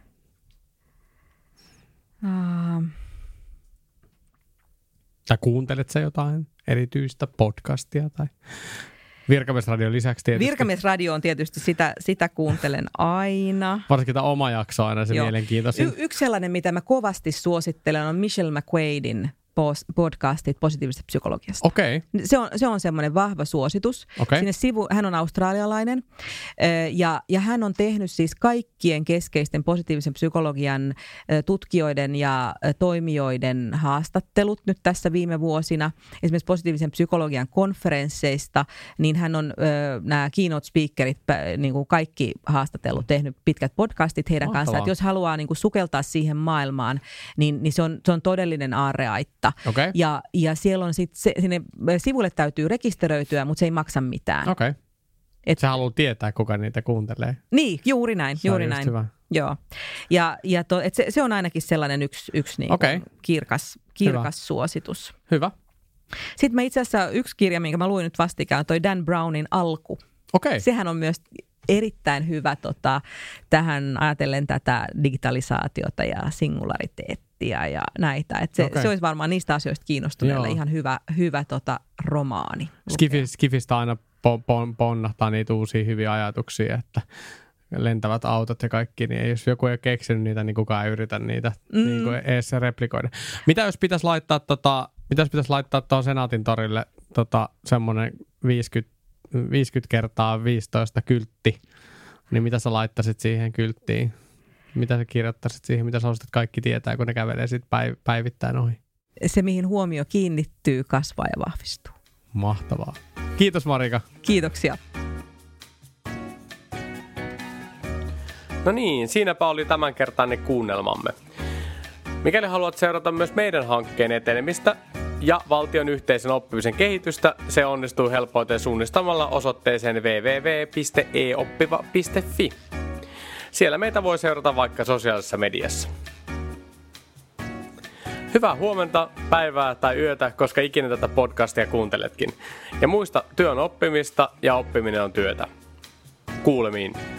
Uh. Tai kuuntelet sä jotain erityistä podcastia tai... Virkamiesradion lisäksi tietysti. Virkamiesradio on tietysti, sitä, sitä kuuntelen aina. Varsinkin tämä oma jakso on aina se Joo. mielenkiintoisin. Y- yksi sellainen, mitä mä kovasti suosittelen, on Michelle McQuaidin podcastit positiivisesta psykologiasta. Okei. Se on, se on semmoinen vahva suositus. Okay. Sinne sivu, hän on australialainen ja, ja hän on tehnyt siis kaikkien keskeisten positiivisen psykologian tutkijoiden ja toimijoiden haastattelut nyt tässä viime vuosina. Esimerkiksi positiivisen psykologian konferensseista, niin hän on nämä keynote speakerit, niin kuin kaikki haastatellut, tehnyt pitkät podcastit heidän Mahtavaa. kanssaan. Että jos haluaa niin kuin sukeltaa siihen maailmaan, niin, niin se, on, se on todellinen aarreaitta. Okay. Ja, ja siellä on sitten, se, sinne sivulle täytyy rekisteröityä, mutta se ei maksa mitään. Okei. Okay. Et sä haluat tietää, kuka niitä kuuntelee. Niin, juuri näin. Se juuri näin. Hyvä. Joo. Ja, ja to, et se, se on ainakin sellainen yksi, yksi niin okay. kirkas, kirkas suositus. Hyvä. Sitten mä itse asiassa yksi kirja, minkä mä luin nyt vastikään, toi Dan Brownin Alku. Okay. Sehän on myös erittäin hyvä tota, tähän ajatellen tätä digitalisaatiota ja singulariteettia ja näitä. Et se, okay. se olisi varmaan niistä asioista kiinnostuneelle Joo. ihan hyvä, hyvä tota, romaani. Skifi, Skifistä aina pon, pon, ponnahtaa niitä uusia hyviä ajatuksia, että lentävät autot ja kaikki, niin jos joku ei ole keksinyt niitä, niin kukaan ei yritä niitä mm. niin kuin edes replikoida. Mitä jos pitäisi laittaa tota, mitä jos pitäisi laittaa tuohon Senaatin torille tota, semmoinen viisikymmentä kertaa viisitoista kyltti, niin mitä sä laittaisit siihen kylttiin? Mitä sä kirjoittaisit siihen? Mitä sä ostat kaikki tietää, kun ne kävelee sitten päiv- päivittäin ohi? Se, mihin huomio kiinnittyy, kasvaa ja vahvistuu. Mahtavaa. Kiitos Marika. Kiitoksia. No niin, siinäpä oli tämänkertainen kuunnelmamme. Mikäli haluat seurata myös meidän hankkeen etenemistä ja valtion yhteisen oppimisen kehitystä, se onnistuu helpoiten suunnistamalla osoitteeseen double-u double-u double-u piste e oppiva piste f i. Siellä meitä voi seurata vaikka sosiaalisessa mediassa. Hyvää huomenta, päivää tai yötä, koska ikinä tätä podcastia kuunteletkin. Ja muista, työ on oppimista ja oppiminen on työtä. Kuulemiin.